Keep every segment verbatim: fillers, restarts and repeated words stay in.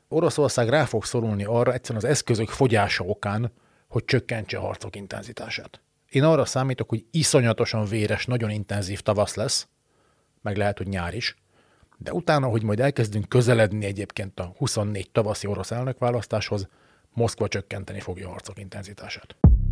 Oroszország rá fog szorulni arra egyszerűen az eszközök fogyása okán, hogy csökkentse a harcok intenzitását. Én arra számítok, hogy iszonyatosan véres, nagyon intenzív tavasz lesz, meg lehet, hogy nyár is, de utána, hogy majd elkezdünk közeledni egyébként a huszonnégy tavaszi orosz elnökválasztáshoz, Moszkva csökkenteni fogja a harcok intenzitását.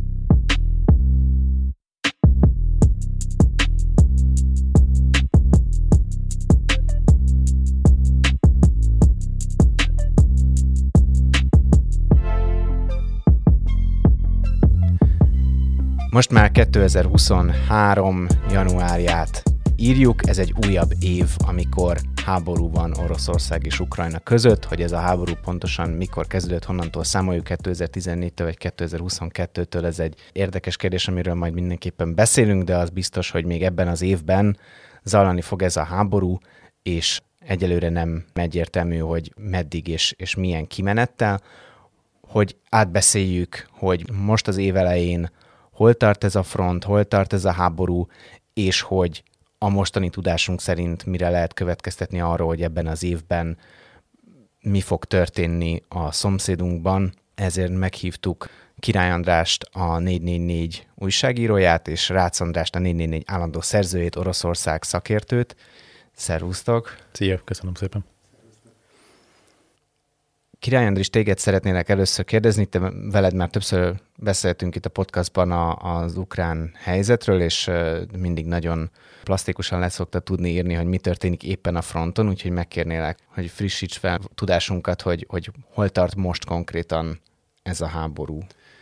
Most már kétezer-huszonhárom. januárját írjuk, ez egy újabb év, amikor háború van Oroszország és Ukrajna között, hogy ez a háború pontosan mikor kezdődött, honnantól számoljuk kétezer-tizennégytől vagy kétezer-huszonkettőtől, ez egy érdekes kérdés, amiről majd mindenképpen beszélünk, de az biztos, hogy még ebben az évben zajlani fog ez a háború, és egyelőre nem egyértelmű, hogy meddig és, és milyen kimenettel, hogy átbeszéljük, hogy most az év elején hol tart ez a front, hol tart ez a háború, és hogy a mostani tudásunk szerint mire lehet következtetni arról, hogy ebben az évben mi fog történni a szomszédunkban. Ezért meghívtuk Király Andrást, a négy négy négy újságíróját, és Rácz Andrást, a négy négy négy állandó szerzőjét, Oroszország szakértőt. Szervusztok! Szia, köszönöm szépen! Király Andris, téged szeretnélek először kérdezni, te veled már többször beszéltünk itt a podcastban a, az ukrán helyzetről, és mindig nagyon plastikusan leszoktad tudni írni, hogy mi történik éppen a fronton, úgyhogy megkérnélek, hogy frissíts fel tudásunkat, hogy, hogy hol tart most konkrétan ez a háború.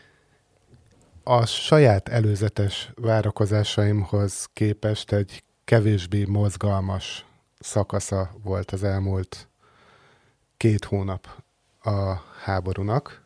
A saját előzetes várakozásaimhoz képest egy kevésbé mozgalmas szakasza volt az elmúlt két hónap a háborúnak.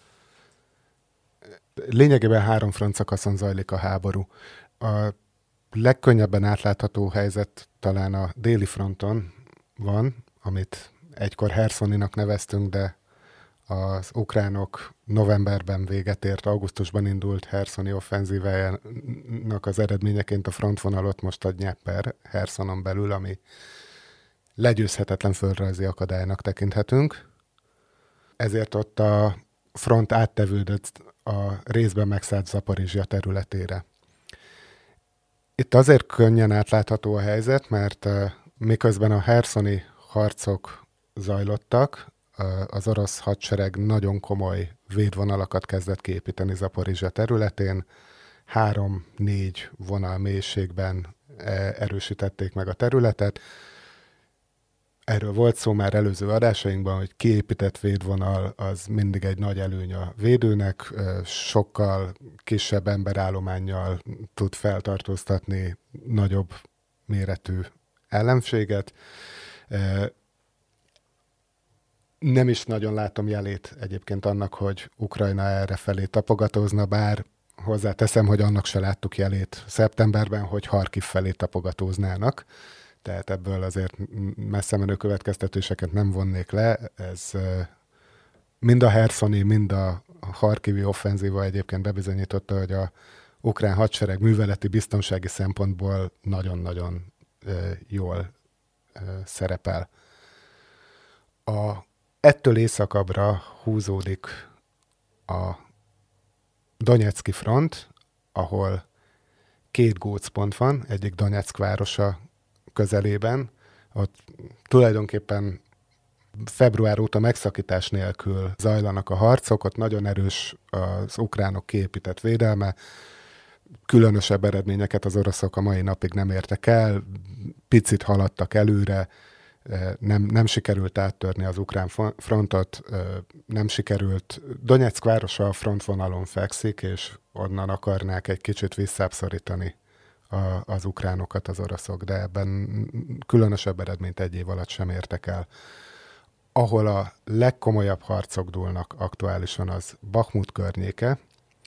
Lényegében három front szakaszon zajlik a háború. A legkönnyebben átlátható helyzet talán a déli fronton van, amit egykor Hersoninak neveztünk, de az ukránok novemberben véget ért, augusztusban indult Hersoni offenzívájának az eredményeként a frontvonalot most a Dnyeper Hersonon belül, ami legyőzhetetlen földrajzi akadálynak tekinthetünk. Ezért ott a front áttevődött a részben megszállt Zaporizsja területére. Itt azért könnyen átlátható a helyzet, mert uh, miközben a herszoni harcok zajlottak, uh, az orosz hadsereg nagyon komoly védvonalakat kezdett kiépíteni Zaporizsja területén, három-négy vonal mélységben erősítették meg a területet. Erről volt szó már előző adásainkban, hogy kiépített védvonal az mindig egy nagy előny a védőnek, sokkal kisebb emberállománnyal tud feltartóztatni nagyobb méretű ellenséget. Nem is nagyon látom jelét egyébként annak, hogy Ukrajna erre felé tapogatózna, bár hozzáteszem, hogy annak se láttuk jelét szeptemberben, hogy Harkiv felé tapogatóznának. Tehát ebből azért messze menő következtetéseket nem vonnék le. Ez mind a herszoni, mind a harkivi offenzíva egyébként bebizonyította, hogy a ukrán hadsereg műveleti biztonsági szempontból nagyon-nagyon jól szerepel. A, ettől északabbra húzódik a Donetszki front, ahol két gócpont van, egyik Donetszk városa közelében, ott tulajdonképpen február óta megszakítás nélkül zajlanak a harcok, ott nagyon erős az ukránok kiépített védelme, különösebb eredményeket az oroszok a mai napig nem értek el, picit haladtak előre, nem, nem sikerült áttörni az ukrán frontot, nem sikerült. Donetszk városa a frontvonalon fekszik, és onnan akarnák egy kicsit visszábbszorítani A, az ukránokat az oroszok, de ebben különösebb eredményt egy év alatt sem értek el. Ahol a legkomolyabb harcok dúlnak aktuálisan, az Bakhmut környéke.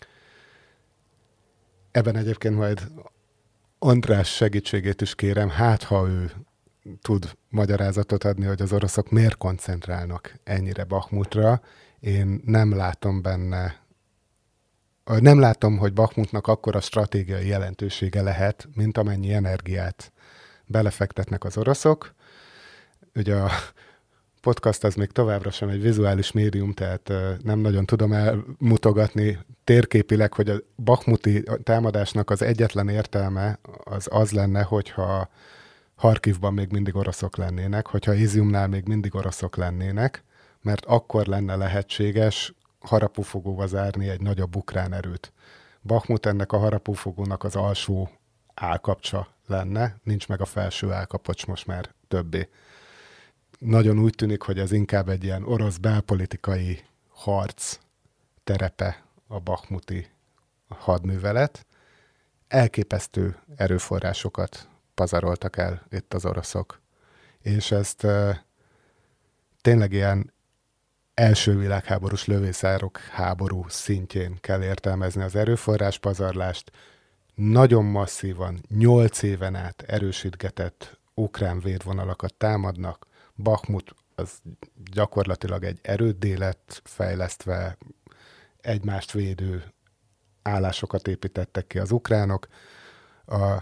Ebben egyébként majd András segítségét is kérem, hát ha ő tud magyarázatot adni, hogy az oroszok miért koncentrálnak ennyire Bakhmutra. Én nem látom benne Nem látom, hogy Bakhmutnak akkora stratégiai jelentősége lehet, mint amennyi energiát belefektetnek az oroszok. Ugye a podcast az még továbbra sem egy vizuális médium, tehát nem nagyon tudom elmutogatni térképileg, hogy a bakhmuti támadásnak az egyetlen értelme az az lenne, hogyha Harkivban még mindig oroszok lennének, hogyha Iziumnál még mindig oroszok lennének, mert akkor lenne lehetséges harapófogóval zárni egy nagyobb ukrán erőt. Bakhmut ennek a harapófogónak az alsó állkapcsa lenne, nincs meg a felső állkapocs most már többé. Nagyon úgy tűnik, hogy ez inkább egy ilyen orosz belpolitikai harc terepe a bakhmuti hadművelet. Elképesztő erőforrásokat pazaroltak el itt az oroszok. És ezt e, tényleg ilyen első világháborús lövészárok háború szintjén kell értelmezni az erőforrás pazarlást. Nagyon masszívan, nyolc éven át erősítgetett ukrán védvonalakat támadnak. Bakhmut az gyakorlatilag egy erőddé lett fejlesztve, egymást védő állásokat építettek ki az ukránok. A,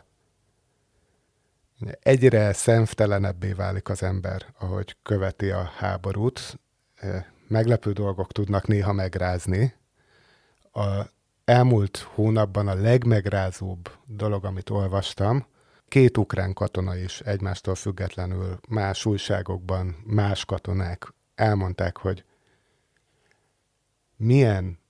egyre szemtelenebbé válik az ember, ahogy követi a háborút. Meglepő dolgok tudnak néha megrázni. A elmúlt hónapban a legmegrázóbb dolog, amit olvastam, két ukrán katona is egymástól függetlenül más újságokban, más katonák elmondták, hogy milyen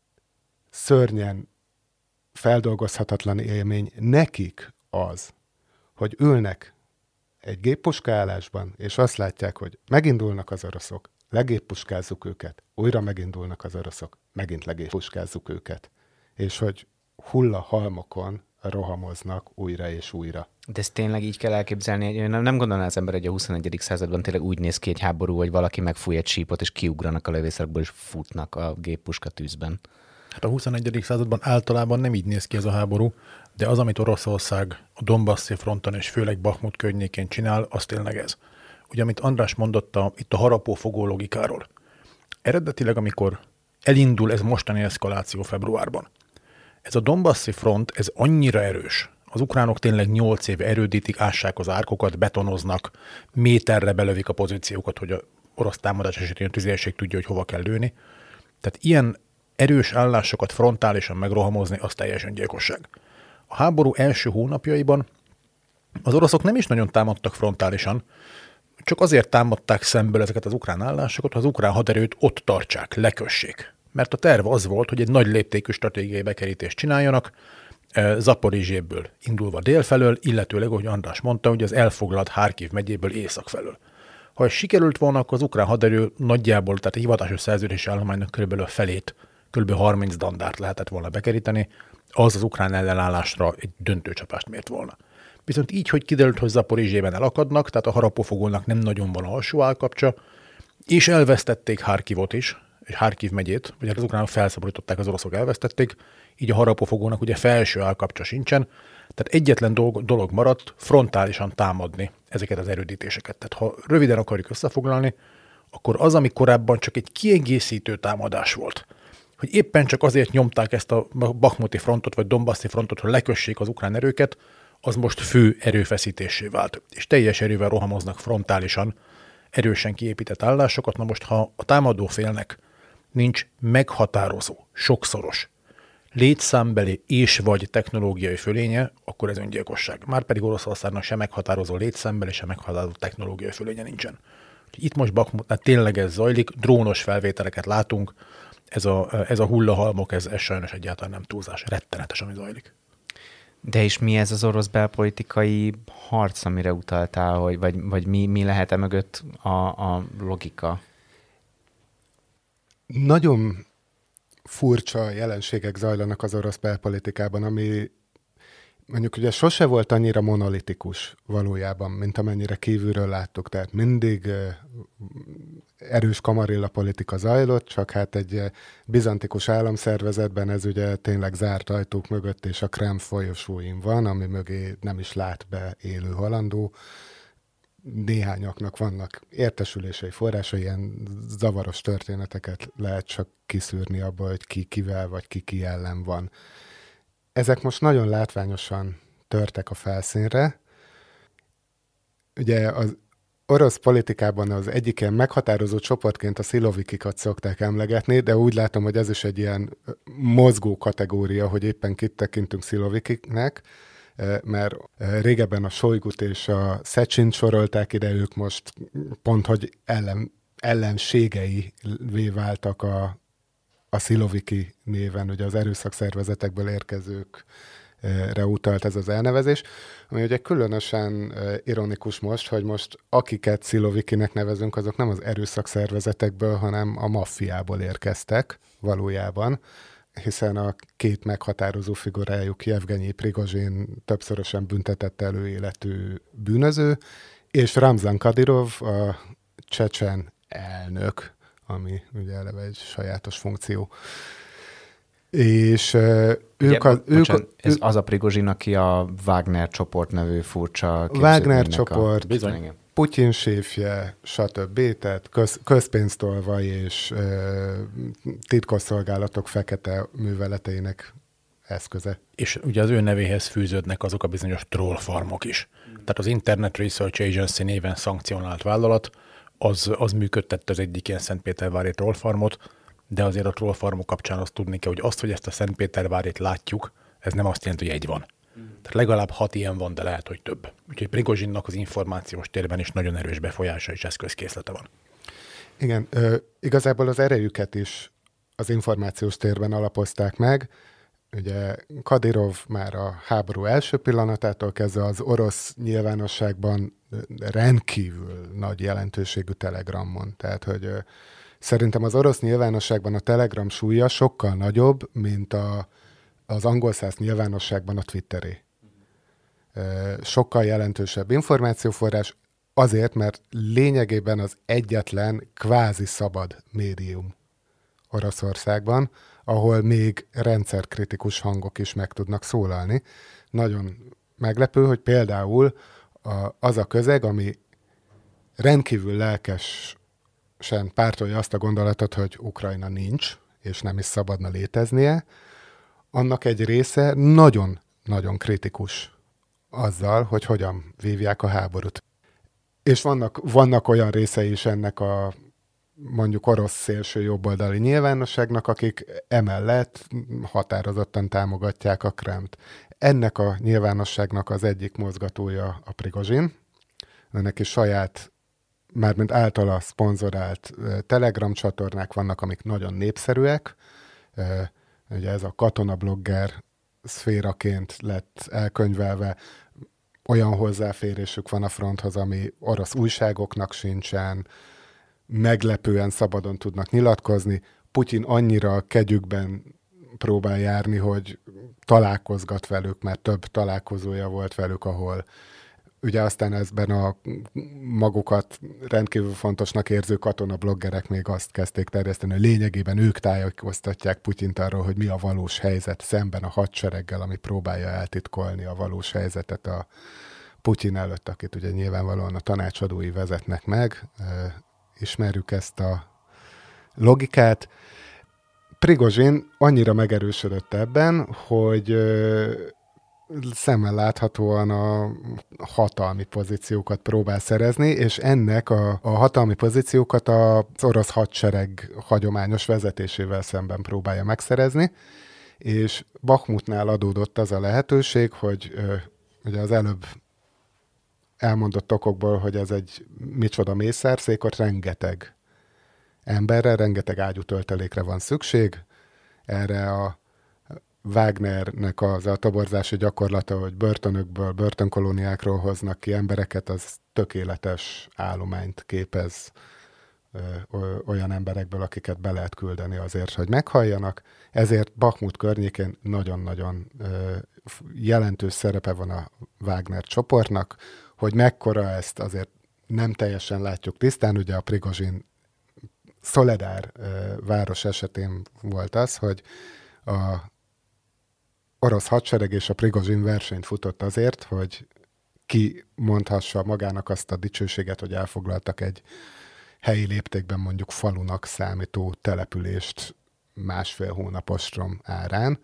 szörnyen feldolgozhatatlan élmény nekik az, hogy ülnek egy géppuskállásban, és azt látják, hogy megindulnak az oroszok, legéppuskázzuk őket, újra megindulnak az oroszok, megint legéppuskázzuk őket, és hogy hullahalmokon rohamoznak újra és újra. De ezt tényleg így kell elképzelni? Nem, nem gondolná az ember, hogy a huszonegyedik században tényleg úgy néz ki egy háború, hogy valaki megfúj egy sípot, és kiugranak a lövészakból, és futnak a géppuska tűzben. Hát a huszonegyedik században általában nem így néz ki ez a háború, de az, amit Oroszország a Donbasszi fronton és főleg Bakhmut környékén csinál, az tényleg ez. Ugye, amit András mondott a, itt a harapófogó logikáról. Eredetileg, amikor elindul ez mostani eszkaláció februárban, ez a Donbasszi front, ez annyira erős. Az ukránok tényleg nyolc éve erődítik, ássák az árkokat, betonoznak, méterre belövik a pozíciókat, hogy a orosz támadás esetén a tüzérség tudja, hogy hova kell lőni. Tehát ilyen erős állásokat frontálisan megrohamozni, az teljesen gyilkosság. A háború első hónapjaiban az oroszok nem is nagyon támadtak frontálisan, csak azért támadták szemből ezeket az ukrán állásokat, hogy az ukrán haderőt ott tartsák, lekössék. Mert a terv az volt, hogy egy nagy léptékű stratégiai bekerítést csináljanak, Zaporizséből indulva délfelől, illetőleg, ahogy András mondta, hogy az elfoglalt Harkiv megyéből észak felől. Ha ez sikerült volna, akkor az ukrán haderő nagyjából, tehát a hivatásos szerződési állománynak körülbelül a felét, kb. harminc dandárt lehetett volna bekeríteni, az az ukrán ellenállásra egy döntőcsapást mért volna. Viszont így, hogy kiderült, hogy Zaporizsében elakadnak, tehát a harapófogónak nem nagyon van alsó állkapcsa, és elvesztették Harkivot is, és Harkiv megyét, vagy hát az ukránok felszabadították, az oroszok elvesztették, így a harapófogónak ugye felső állkapcsa sincsen, tehát egyetlen dolog, dolog maradt frontálisan támadni ezeket az erődítéseket. Tehát ha röviden akarjuk összefoglalni, akkor az, ami korábban csak egy kiegészítő támadás volt, hogy éppen csak azért nyomták ezt a bakhmuti frontot, vagy Donbasszi frontot, hogy lekössék az ukrán erőket, az most fő erőfeszítésé vált. És teljes erővel rohamoznak frontálisan, erősen kiépített állásokat. Na most, ha a támadó félnek nincs meghatározó, sokszoros létszámbeli és vagy technológiai fölénye, akkor ez öngyilkosság. Márpedig Oroszországnak sem meghatározó létszámbeli, sem meghatározó technológiai fölénye nincsen. Itt most Bakhmutnál tényleg ez zajlik, drónos felvételeket látunk, ez a, ez a hullahalmok, ez, ez sajnos egyáltalán nem túlzás, rettenetes, ami zajlik. De és mi ez az orosz belpolitikai harc, amire utaltál, hogy, vagy, vagy mi, mi lehet-e mögött a, a logika? Nagyon furcsa jelenségek zajlanak az orosz belpolitikában, ami mondjuk ugye sose volt annyira monolitikus valójában, mint amennyire kívülről láttuk. Tehát mindig erős kamarilla politika zajlott, csak hát egy bizantikus államszervezetben ez ugye tényleg zárt ajtók mögött és a Kreml folyosóin van, ami mögé nem is lát be élő halandó. Néhányaknak vannak értesülései, forrásai, ilyen zavaros történeteket lehet csak kiszűrni abból, hogy ki kivel vagy ki ki ellen van. Ezek most nagyon látványosan törtek a felszínre. Ugye az orosz politikában az egyik ilyen meghatározó csoportként a szilovikikat szokták emlegetni, de úgy látom, hogy ez is egy ilyen mozgó kategória, hogy éppen kit tekintünk szilovikiknek, mert régebben a Sojgut és a Szecsint sorolták ide, ők most pont, hogy ellen, ellenségeivé váltak a, a sziloviki néven, ugye az erőszakszervezetekből érkezőkre utalt ez az elnevezés, ami ugye különösen ironikus most, hogy most akiket szilovikinek nevezünk, azok nem az erőszakszervezetekből, hanem a maffiából érkeztek valójában, hiszen a két meghatározó figurájuk, Jevgenyi Prigozsin többszörösen büntetett előéletű bűnöző, és Ramzan Kadyrov, a csecsen elnök, ami ugye eleve egy sajátos funkció. És uh, ugye, ők, a, bocsán, ők ez az a Prigozsin, aki a Wagner csoport nevű furcsa Wagner csoport, a... Bizony. Putyin séfje, stb. Tehát köz, közpénztolvaj és uh, titkosszolgálatok fekete műveleteinek eszköze. És ugye az ő nevéhez fűződnek azok a bizonyos trollfarmok is. Mm. Tehát az Internet Research Agency néven szankcionált vállalat, az, az működtette az egyik ilyen Szentpétervári trollfarmot, de azért a trollfarmok kapcsán azt tudni kell, hogy azt, hogy ezt a Szentpétervárit látjuk, ez nem azt jelenti, hogy egy van. Mm. Tehát legalább hat ilyen van, de lehet, hogy több. Úgyhogy Prigozsinnak az információs térben is nagyon erős befolyása és eszközkészlete van. Igen, ö, igazából az erejüket is az információs térben alapozták meg. Ugye Kadyrov már a háború első pillanatától kezdve az orosz nyilvánosságban rendkívül nagy jelentőségű telegramon. Tehát, hogy ö, szerintem az orosz nyilvánosságban a Telegram súlya sokkal nagyobb, mint a, az angol száz nyilvánosságban a Twitteré. Sokkal jelentősebb információforrás, azért, mert lényegében az egyetlen kvázi szabad médium Oroszországban, ahol még rendszerkritikus hangok is meg tudnak szólalni. Nagyon meglepő, hogy például az a közeg, ami rendkívül lelkes sen pártolja azt a gondolatot, hogy Ukrajna nincs, és nem is szabadna léteznie, annak egy része nagyon-nagyon kritikus azzal, hogy hogyan vívják a háborút. És vannak, vannak olyan részei is ennek a mondjuk orosz szélső jobboldali nyilvánosságnak, akik emellett határozottan támogatják a Kremlt. Ennek a nyilvánosságnak az egyik mozgatója a Prigozsin, ennek is saját mármint általa szponzorált Telegram csatornák vannak, amik nagyon népszerűek. Ugye ez a katonablogger szféraként lett elkönyvelve, olyan hozzáférésük van a fronthoz, ami orosz újságoknak sincsen, meglepően szabadon tudnak nyilatkozni. Putyin annyira a kegyükben próbál járni, hogy találkozgat velük, mert több találkozója volt velük, ahol ugye aztán ezben a magukat rendkívül fontosnak érző katonabloggerek még azt kezdték terjeszteni, hogy lényegében ők tájékoztatják Putyint arról, hogy mi a valós helyzet szemben a hadsereggel, ami próbálja eltitkolni a valós helyzetet a Putyin előtt, akit ugye nyilvánvalóan a tanácsadói vezetnek meg. Ismerjük ezt a logikát. Prigozsin annyira megerősödött ebben, hogy szemmel láthatóan a hatalmi pozíciókat próbál szerezni, és ennek a, a hatalmi pozíciókat az orosz hadsereg hagyományos vezetésével szemben próbálja megszerezni, és Bakhmutnál adódott az a lehetőség, hogy ö, ugye az előbb elmondott okokból, hogy ez egy micsoda mészárszék, ott rengeteg emberre, rengeteg ágyútöltelékre van szükség. Erre a Wagnernek az a toborzási gyakorlata, hogy börtönökből, börtönkolóniákról hoznak ki embereket, az tökéletes állományt képez ö, ö, olyan emberekből, akiket be lehet küldeni azért, hogy meghalljanak. Ezért Bakhmut környékén nagyon-nagyon ö, jelentős szerepe van a Wagner csoportnak, hogy mekkora ezt azért nem teljesen látjuk tisztán. Ugye a Prigozsin Szoledár ö, város esetén volt az, hogy a orosz hadsereg és a Prigozsin versenyt futott azért, hogy ki mondhassa magának azt a dicsőséget, hogy elfoglaltak egy helyi léptékben mondjuk falunak számító települést másfél hónap ostrom árán,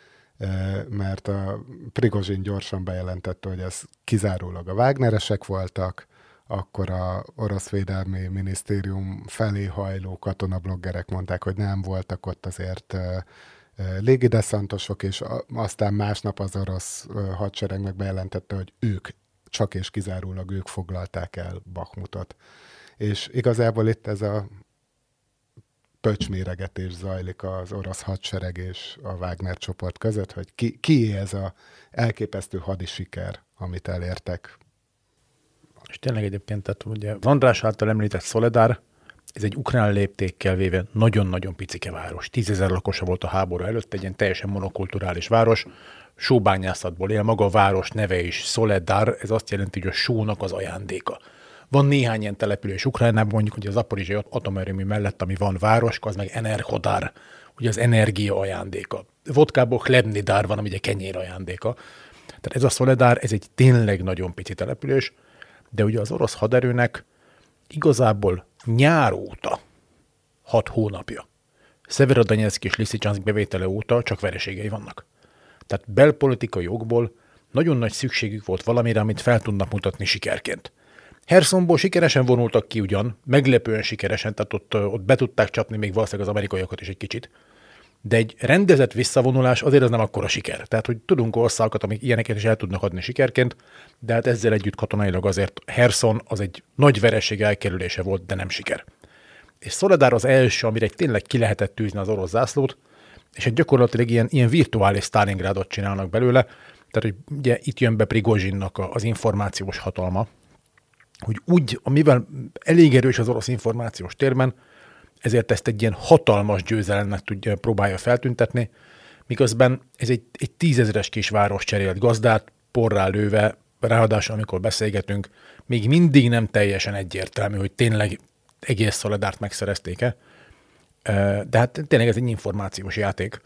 mert a Prigozsin gyorsan bejelentette, hogy ez kizárólag a Wagneresek voltak, akkor a orosz védelmi minisztérium felé hajló katonabloggerek mondták, hogy nem voltak ott azért légideszantosok, és aztán másnap az orosz hadsereg meg bejelentette, hogy ők, csak és kizárólag ők foglalták el Bakhmutot. És igazából itt ez a pöcsméregetés zajlik az orosz hadsereg és a Wagner csoport között, hogy ki, ki ez a elképesztő hadisiker, amit elértek. És tényleg egyébként, tehát ugye az András által említett Szoledár, ez egy ukrán léptékkel véve nagyon-nagyon picike város. Tízezer lakosa volt a háború előtt, egy ilyen teljesen monokulturális város, sóbányászatból él, maga a város neve is Szoledár, ez azt jelenti, hogy a sónak az ajándéka. Van néhány ilyen település Ukrajnában, mondjuk, hogy az Zaporizsai atomerőmű mellett, ami van városka, az meg Enerhodár, ugye az energia ajándéka. Vodkából Chlebnidár van, ami ugye kenyér ajándéka. Tehát ez a Szoledár, ez egy tényleg nagyon pici település, de ugye az orosz haderőnek igazából nyár óta, hat hónapja, Szeverodonyeck és Liszicsanszk bevétele óta csak vereségei vannak. Tehát belpolitikai okból nagyon nagy szükségük volt valamire, amit fel tudnak mutatni sikerként. Hersonból sikeresen vonultak ki ugyan, meglepően sikeresen, tehát ott, ott be tudták csapni még valószínűleg az amerikaiakat is egy kicsit, de egy rendezett visszavonulás azért az nem akkora siker. Tehát, hogy tudunk országokat, amik ilyeneket is el tudnak adni sikerként, de hát ezzel együtt katonailag azért Herson az egy nagy vereség elkerülése volt, de nem siker. És Szoledár az első, amire tényleg ki lehetett tűzni az orosz zászlót, és egy gyakorlatilag ilyen, ilyen virtuális Stalingrádot csinálnak belőle, tehát, hogy ugye itt jön be Prigozsinnak az információs hatalma, hogy úgy, amivel elég erős az orosz információs térben, ezért ezt egy ilyen hatalmas győzelemnek tudja, próbálja feltüntetni, miközben ez egy, egy tízezeres kis város cserélt gazdát, porrá lőve, ráadásul amikor beszélgetünk, még mindig nem teljesen egyértelmű, hogy tényleg egész Szoledárt megszerezték-e, de hát tényleg ez egy információs játék,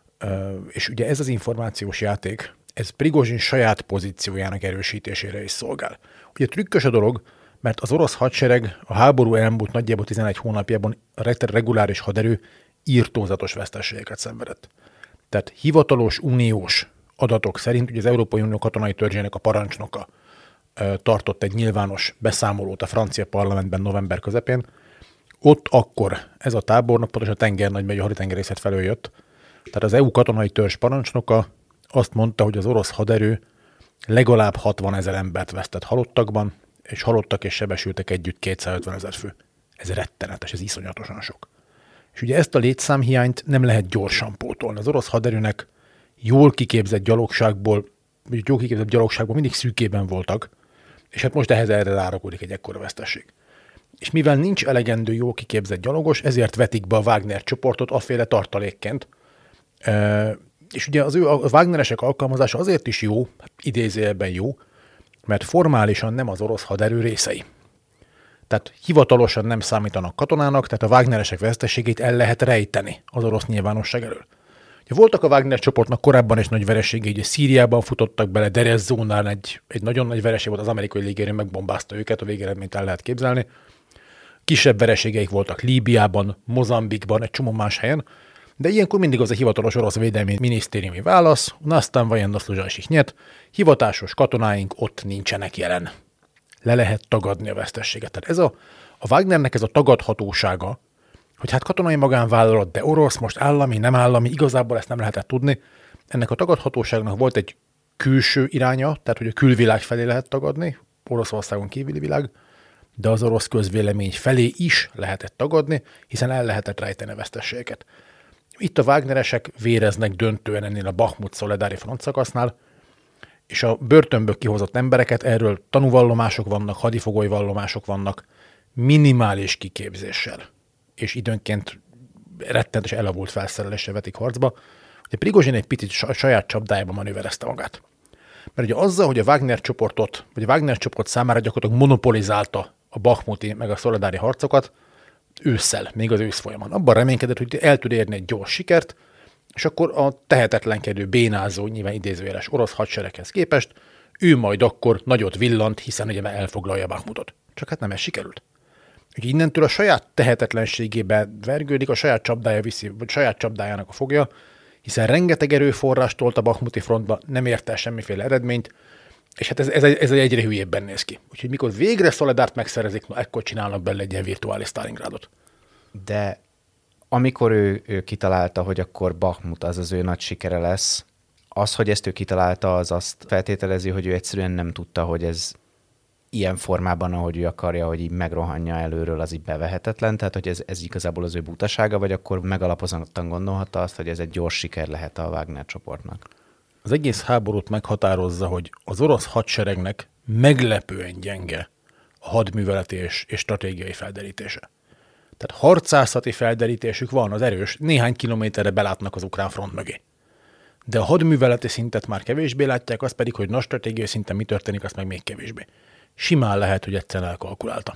és ugye ez az információs játék, ez Prigozsin saját pozíciójának erősítésére is szolgál. Ugye trükkös a dolog, mert az orosz hadsereg a háború elmúlt nagyjából tizenegy hónapjában a reguláris haderő írtózatos veszteségeket szenvedett. Tehát hivatalos uniós adatok szerint ugye az Európai Unió katonai törzsének a parancsnoka ö, tartott egy nyilvános beszámolót a francia parlamentben november közepén. Ott akkor ez a tábornok, pontosan a tengernagymegy, a haditengerészet felől jött. Tehát az é u katonai törzs parancsnoka azt mondta, hogy az orosz haderő legalább hatvanezer embert vesztett halottakban, és halottak és sebesültek együtt kétszázötvenezer fő. Ez rettenetes, ez iszonyatosan sok. És ugye ezt a létszámhiányt nem lehet gyorsan pótolni. Az orosz haderőnek jól kiképzett gyalogságból, vagy jól kiképzett gyalogságból mindig szűkében voltak, és hát most ehhez erre rárakódik egy ekkora vesztesség. És mivel nincs elegendő jól kiképzett gyalogos, ezért vetik be a Wagner csoportot afféle tartalékként. E, és ugye az ő a Wagneresek alkalmazása azért is jó, idézőjelben jó, mert formálisan nem az orosz haderő részei. Tehát hivatalosan nem számítanak katonának, tehát a Wagneresek veszteségét el lehet rejteni az orosz nyilvánosság elől. Ugye voltak a Wagner csoportnak korábban is nagy vereségei, ugye Szíriában futottak bele, Derezzónál egy, egy nagyon nagy vereség volt, az amerikai légierő megbombázta őket, a végeredményt el lehet képzelni. Kisebb vereségeik voltak Líbiában, Mozambikban, egy csomó más helyen, de ilyenkor mindig az a hivatalos orosz védelmi minisztériumi válasz, aztán vajenna szluzsajsik nyet, hivatásos katonáink ott nincsenek jelen. Le lehet tagadni a vesztességet. Tehát ez a, a Wagnernek ez a tagadhatósága, hogy hát katonai magánvállalat, de orosz, most állami, nem állami, igazából ezt nem lehetett tudni. Ennek a tagadhatóságnak volt egy külső iránya, tehát hogy a külvilág felé lehet tagadni, Oroszországon kívüli világ, de az orosz közvélemény felé is lehetett tagadni, hiszen el lehetett rejteni a vesztességeket. Itt a Wagneresek véreznek döntően ennél a Bakhmut-Szoledári frontszakasznál, és a börtönből kihozott embereket, erről tanúvallomások vannak, hadifogoly vallomások vannak, minimális kiképzéssel, és időnként rettenetes elavult felszereléssel vetik harcba. Ugye Prigozsin egy picit saját csapdájában manőverezte magát. Mert ugye azzal, hogy a Wagner csoportot, vagy a Wagner csoport számára gyakorlatilag monopolizálta a bakhmuti meg a szoledári harcokat, ősszel, még az ősz folyamán. Abban reménykedett, hogy el tud érni egy gyors sikert, és akkor a tehetetlenkedő, bénázó, nyilván idézőjeles orosz hadsereghez képest ő majd akkor nagyot villant, hiszen ugye már elfoglalja Bakhmutot. Csak hát nem ez sikerült. Ugye innentől a saját tehetetlenségébe vergődik, a saját csapdája viszi, vagy saját csapdájának a fogja, hiszen rengeteg erőforrást tolt a bakhmuti frontba, nem ért el semmiféle eredményt, És hát ez, ez, egy, ez egy egyre hülyébben néz ki. Úgyhogy mikor végre Soledárt megszerezik, na ekkor csinálnak bele egy ilyen virtuális Stalingrádot. De amikor ő, ő kitalálta, hogy akkor Bakhmut az az ő nagy sikere lesz, az, hogy ezt ő kitalálta, az azt feltételezi, hogy ő egyszerűen nem tudta, hogy ez ilyen formában, ahogy ő akarja, hogy így megrohanja előről, az így bevehetetlen, tehát hogy ez, ez igazából az ő butasága, vagy akkor megalapozottan gondolhatta azt, hogy ez egy gyors siker lehet a Wagner csoportnak. Az egész háborút meghatározza, hogy az orosz hadseregnek meglepően gyenge a hadműveleti és, és stratégiai felderítése. Tehát harcászati felderítésük van, az erős, néhány kilométerre belátnak az ukrán front mögé. De a hadműveleti szintet már kevésbé látják, az pedig, hogy nagy stratégiai szinten mi történik, azt meg még kevésbé. Simán lehet, hogy egyszerűen elkalkulálta.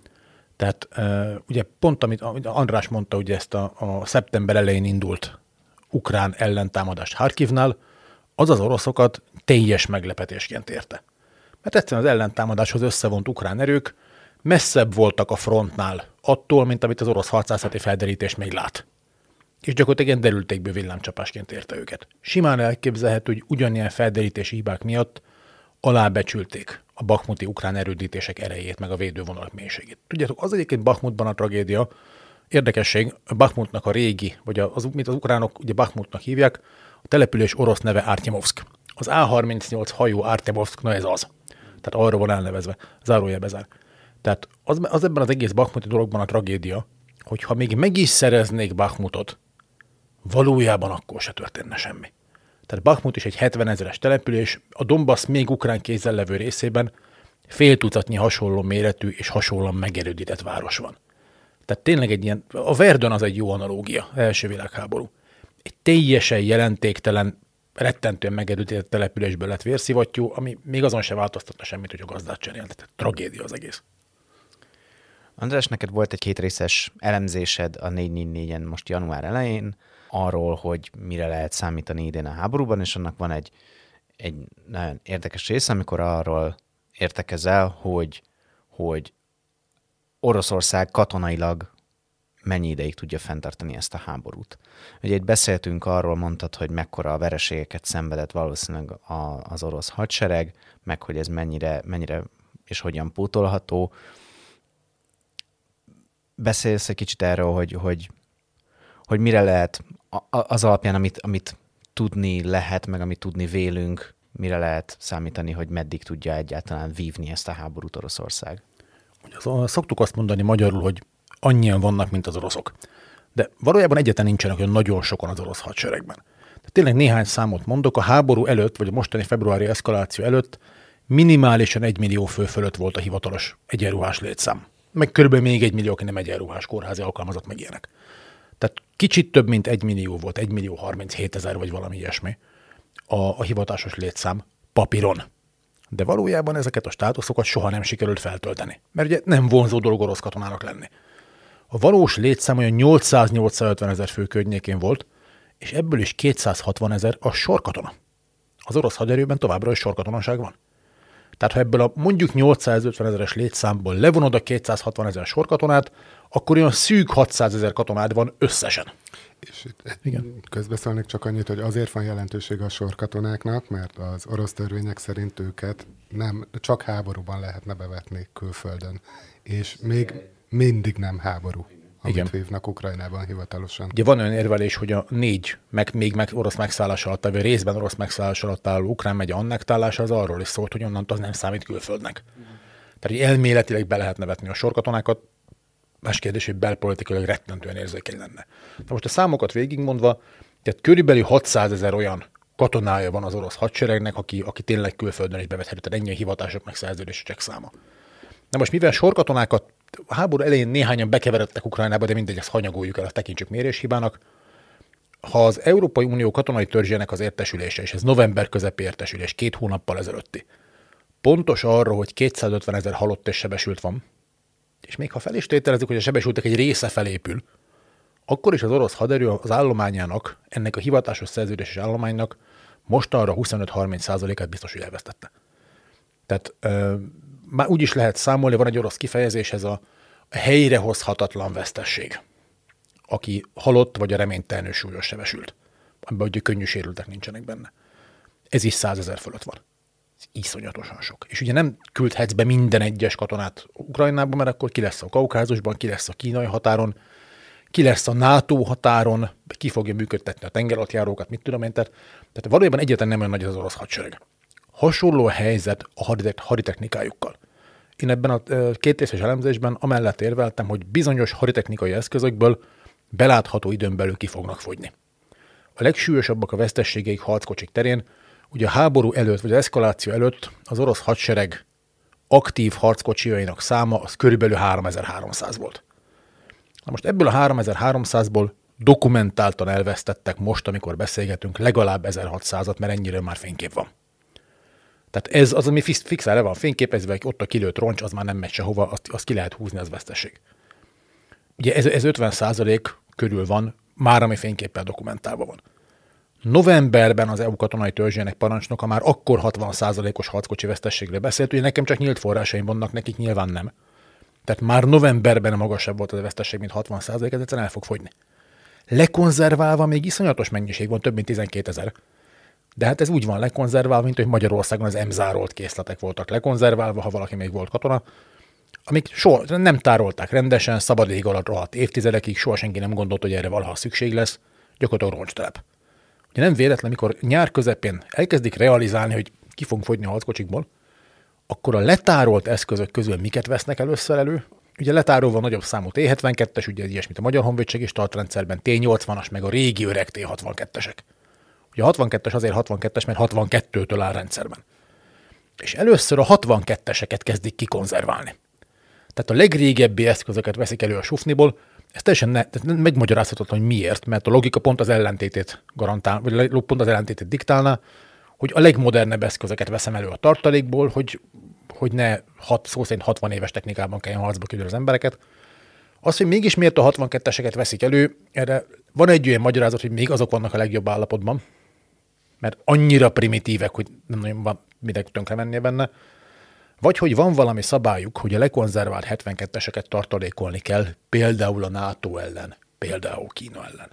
Tehát ugye pont, amit András mondta, ugye ezt a, a szeptember elején indult ukrán ellentámadást Harkivnál, az az oroszokat teljes meglepetésként érte. Mert egyszerűen az ellentámadáshoz összevont ukrán erők messzebb voltak a frontnál attól, mint amit az orosz harcászati felderítés még lát. És gyakorlatilag ilyen derültékből villámcsapásként érte őket. Simán elképzelhető, hogy ugyanilyen felderítési hibák miatt alábecsülték a bakhmuti ukrán erődítések erejét, meg a védővonalak mélységét. Tudjátok, az egyébként Bakhmutban a tragédia, érdekesség, Bakhmutnak a régi, vagy az, mint az ukránok ugye Bakhmutnak hívják, a település orosz neve Artyemovsk. Az á harmincnyolc hajó Artyemovsk, na ez az. Tehát arra van elnevezve, zárójelbe zár. Tehát az, az ebben az egész bakhmuti dologban a tragédia, hogyha még meg is szereznék Bakhmutot, valójában akkor se történne semmi. Tehát Bakhmut is egy hetvenezeres település, a Donbass még ukrán kézzel levő részében fél tucatnyi hasonló méretű és hasonlóan megerődített város van. Tehát tényleg egy ilyen, a Verdun az egy jó analógia, az első világháború. Egy teljesen jelentéktelen, rettentően megerődített településből lett vérszivattyú, ami még azon se változtatna semmit, hogy a gazdát cserélt. Tehát tragédia az egész. András, neked volt egy kétrészes elemzésed a négy négy négyen most január elején, arról, hogy mire lehet számítani idén a háborúban, és annak van egy, egy nagyon érdekes része, amikor arról értekezel, hogy, hogy Oroszország katonailag mennyi ideig tudja fenntartani ezt a háborút. Ugye itt beszéltünk arról, mondtad, hogy mekkora a vereségeket szenvedett valószínűleg a, az orosz hadsereg, meg hogy ez mennyire, mennyire és hogyan pótolható. Beszélsz egy kicsit erről, hogy, hogy, hogy mire lehet az alapján, amit, amit tudni lehet, meg amit tudni vélünk, mire lehet számítani, hogy meddig tudja egyáltalán vívni ezt a háborút Oroszország? Szoktuk azt mondani magyarul, hogy annyian vannak, mint az oroszok. De valójában egyáltalán nincsenek olyan nagyon sokan az orosz hadseregben. De tényleg néhány számot mondok, a háború előtt, vagy a mostani februári eszkaláció előtt minimálisan egy millió fő fölött volt a hivatalos egyenruhás létszám. Meg körülbelül még egy millió, aki nem egyenruhás kórházi alkalmazott, meg ilyenek. Tehát kicsit több, mint egy millió volt, egy millió harminchét ezer, vagy valami ilyesmi a, a hivatásos létszám papíron. De valójában ezeket a státuszokat soha nem sikerült feltölteni. Mert ugye nem vonzó dolog orosz katonának lenni. A valós létszám olyan nyolcszáz-nyolcszázötven ezer fő környékén volt, és ebből is kétszázhatvan ezer a sorkatona. Az orosz haderőben továbbra is sorkatonaság van. Tehát ha ebből a mondjuk nyolcszázötven ezeres létszámból levonod a kétszázhatvan ezer sorkatonát, akkor olyan szűk hatszázezer katonád van összesen. És igen. Közbeszólnék csak annyit, hogy azért van jelentőség a sorkatonáknak, mert az orosz törvények szerint őket nem csak háborúban lehetne bevetni külföldön. És még mindig nem háború, amit igen. vívnak Ukrajnában hivatalosan. Ugye van olyan érvelés, hogy a négy, meg, még meg orosz megszállás alatt, vagy részben orosz megszállás alatt álló ukrán megye annektálása, az arról is szólt, hogy onnantól az nem számít külföldnek. Mm. Tehát, hogy elméletileg be lehetne vetni a sorkatonákat, más kérdés, hogy belpolitikailag rettentően érzékeny lenne. Na most a számokat végigmondva, tehát körülbelül hatszázezer olyan katonája van az orosz hadseregnek, aki, aki tényleg külföldön is bevethető, tehát ennyi a hivatások meg szerződések száma. Na most mivel sorkatonákat a háború elején néhányan bekeveredtek Ukrajnába, de mindegy, ezt hanyagoljuk el, azt tekintsük méréshibának. Ha az Európai Unió katonai törzsének az értesülése, és ez november közepi értesülés, két hónappal ezelőtti, pontos arra, hogy kétszázötven ezer halott és sebesült van, és még ha fel is tételezzük, hogy a sebesültek egy része felépül, akkor is az orosz haderő az állományának, ennek a hivatásos szerződéses állománynak mostanra huszonöt-harminc százalékát biztos, hogy elvesztette. Tehát ö, már úgy is lehet számolni, van egy orosz kifejezés, ez a helyrehozhatatlan vesztesség, aki halott vagy a reménytelenül súlyos sebesült, amiben ugye könnyű sérültek nincsenek benne. Ez is százezer fölött van. Iszonyatosan sok. És ugye nem küldhetsz be minden egyes katonát Ukrajnába, mert akkor ki lesz a Kaukázusban, ki lesz a kínai határon, ki lesz a NATO határon, ki fogja működtetni a tengeralattjárókat, mit tudom én. Tehát, tehát valójában egyáltalán nem olyan nagy az orosz hadsereg. Hasonló a helyzet a haditechnikájukkal. Én ebben a két részes elemzésben amellett érveltem, hogy bizonyos haditechnikai eszközökből belátható időn belül ki fognak fogyni. A legsúlyosabbak a vesztességeik harckocsik terén. Ugye a háború előtt, vagy az eszkaláció előtt az orosz hadsereg aktív harckocsijainak száma az körülbelül háromezer-háromszáz volt. Na most ebből a háromezer-háromszázból dokumentáltan elvesztettek most, amikor beszélgetünk, legalább ezerhatszázat, mert ennyire már fénykép van. Tehát ez az, ami fixen le van fényképezve, ott a kilőtt roncs, az már nem megy sehova, azt, azt ki lehet húzni, az veszteség. Ugye ez, ez ötven százalék körül van, már ami fényképpel dokumentálva van. Novemberben az é u katonai törzsének parancsnoka már akkor hatvan százalékos harckocsi vesztességről beszélt, ugye nekem csak nyílt forrásaim vannak, nekik nyilván nem. Tehát már novemberben magasabb volt az a vesztesség, mint hatvan százalék, ez egyszerűen el fog fogyni. Lekonzerválva még iszonyatos mennyiség van, több mint tizenkétezer. De hát ez úgy van lekonzerválva, mint hogy Magyarországon az emzárolt készletek voltak lekonzerválva, ha valaki még volt katona, amik soha nem tárolták rendesen, szabad ég alatt rohadt évtizedekig, soha senki nem gondolt, hogy erre valaha szükség lesz, gyakorlatilag roncstelep. Ugye nem véletlen, amikor nyár közepén elkezdik realizálni, hogy ki fogunk fogyni a harckocsikból, akkor a letárolt eszközök közül miket vesznek először elő? Ugye letárolva nagyobb számú té hetvenkettes, ugye ez ilyesmit a Magyar Honvédség is tart rendszerben, té nyolcvanas, meg a régi öreg té hatvankettesek. Ugye a hatvankettes azért hatvankettes, mert hatvankettőtől áll rendszerben. És először a hatvanketteseket kezdik kikonzerválni. Tehát a legrégebbi eszközöket veszik elő a sufniból, ez teljesen ne, megmagyarázhatatlan, hogy miért, mert a logika pont az ellentétét garantál, vagy pont az ellentétét diktálná, hogy a legmodernebb eszközöket veszem elő a tartalékból, hogy, hogy ne hat, szó szerint hatvan éves technikában kelljen harcba küldeni az embereket. Az, hogy mégis miért a hatvanketteseket veszik elő, erre van egy olyan magyarázat, hogy még azok vannak a legjobb állapotban, mert annyira primitívek, hogy nem nagyon van mindenki tönkre mennie benne, vagy hogy van valami szabályuk, hogy a lekonzervált hetvenketteseket tartalékolni kell, például a NATO ellen, például Kína ellen.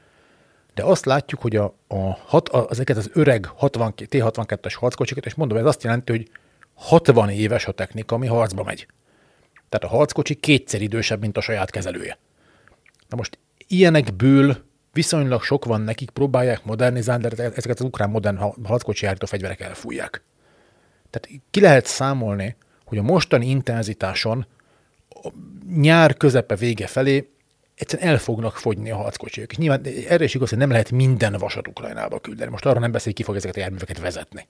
De azt látjuk, hogy a, a hat, a, ezeket az öreg té hatvankettes harckocsikat, és mondom, ez azt jelenti, hogy hatvan éves a technika, ami harcba megy. Tehát a harckocsi kétszer idősebb, mint a saját kezelője. Na most ilyenekből viszonylag sok van nekik, próbálják modernizálni, de ezeket az ukrán modern harckocsi állító fegyverek elfújják. Tehát ki lehet számolni, hogy a mostani intenzitáson a nyár közepe vége felé egyszerűen el fognak fogyni a harckocsik. És nyilván erre is igaz, hogy nem lehet minden vasat Ukrajnába küldeni. Most arra nem beszél, ki fog ezeket a járműveket vezetni.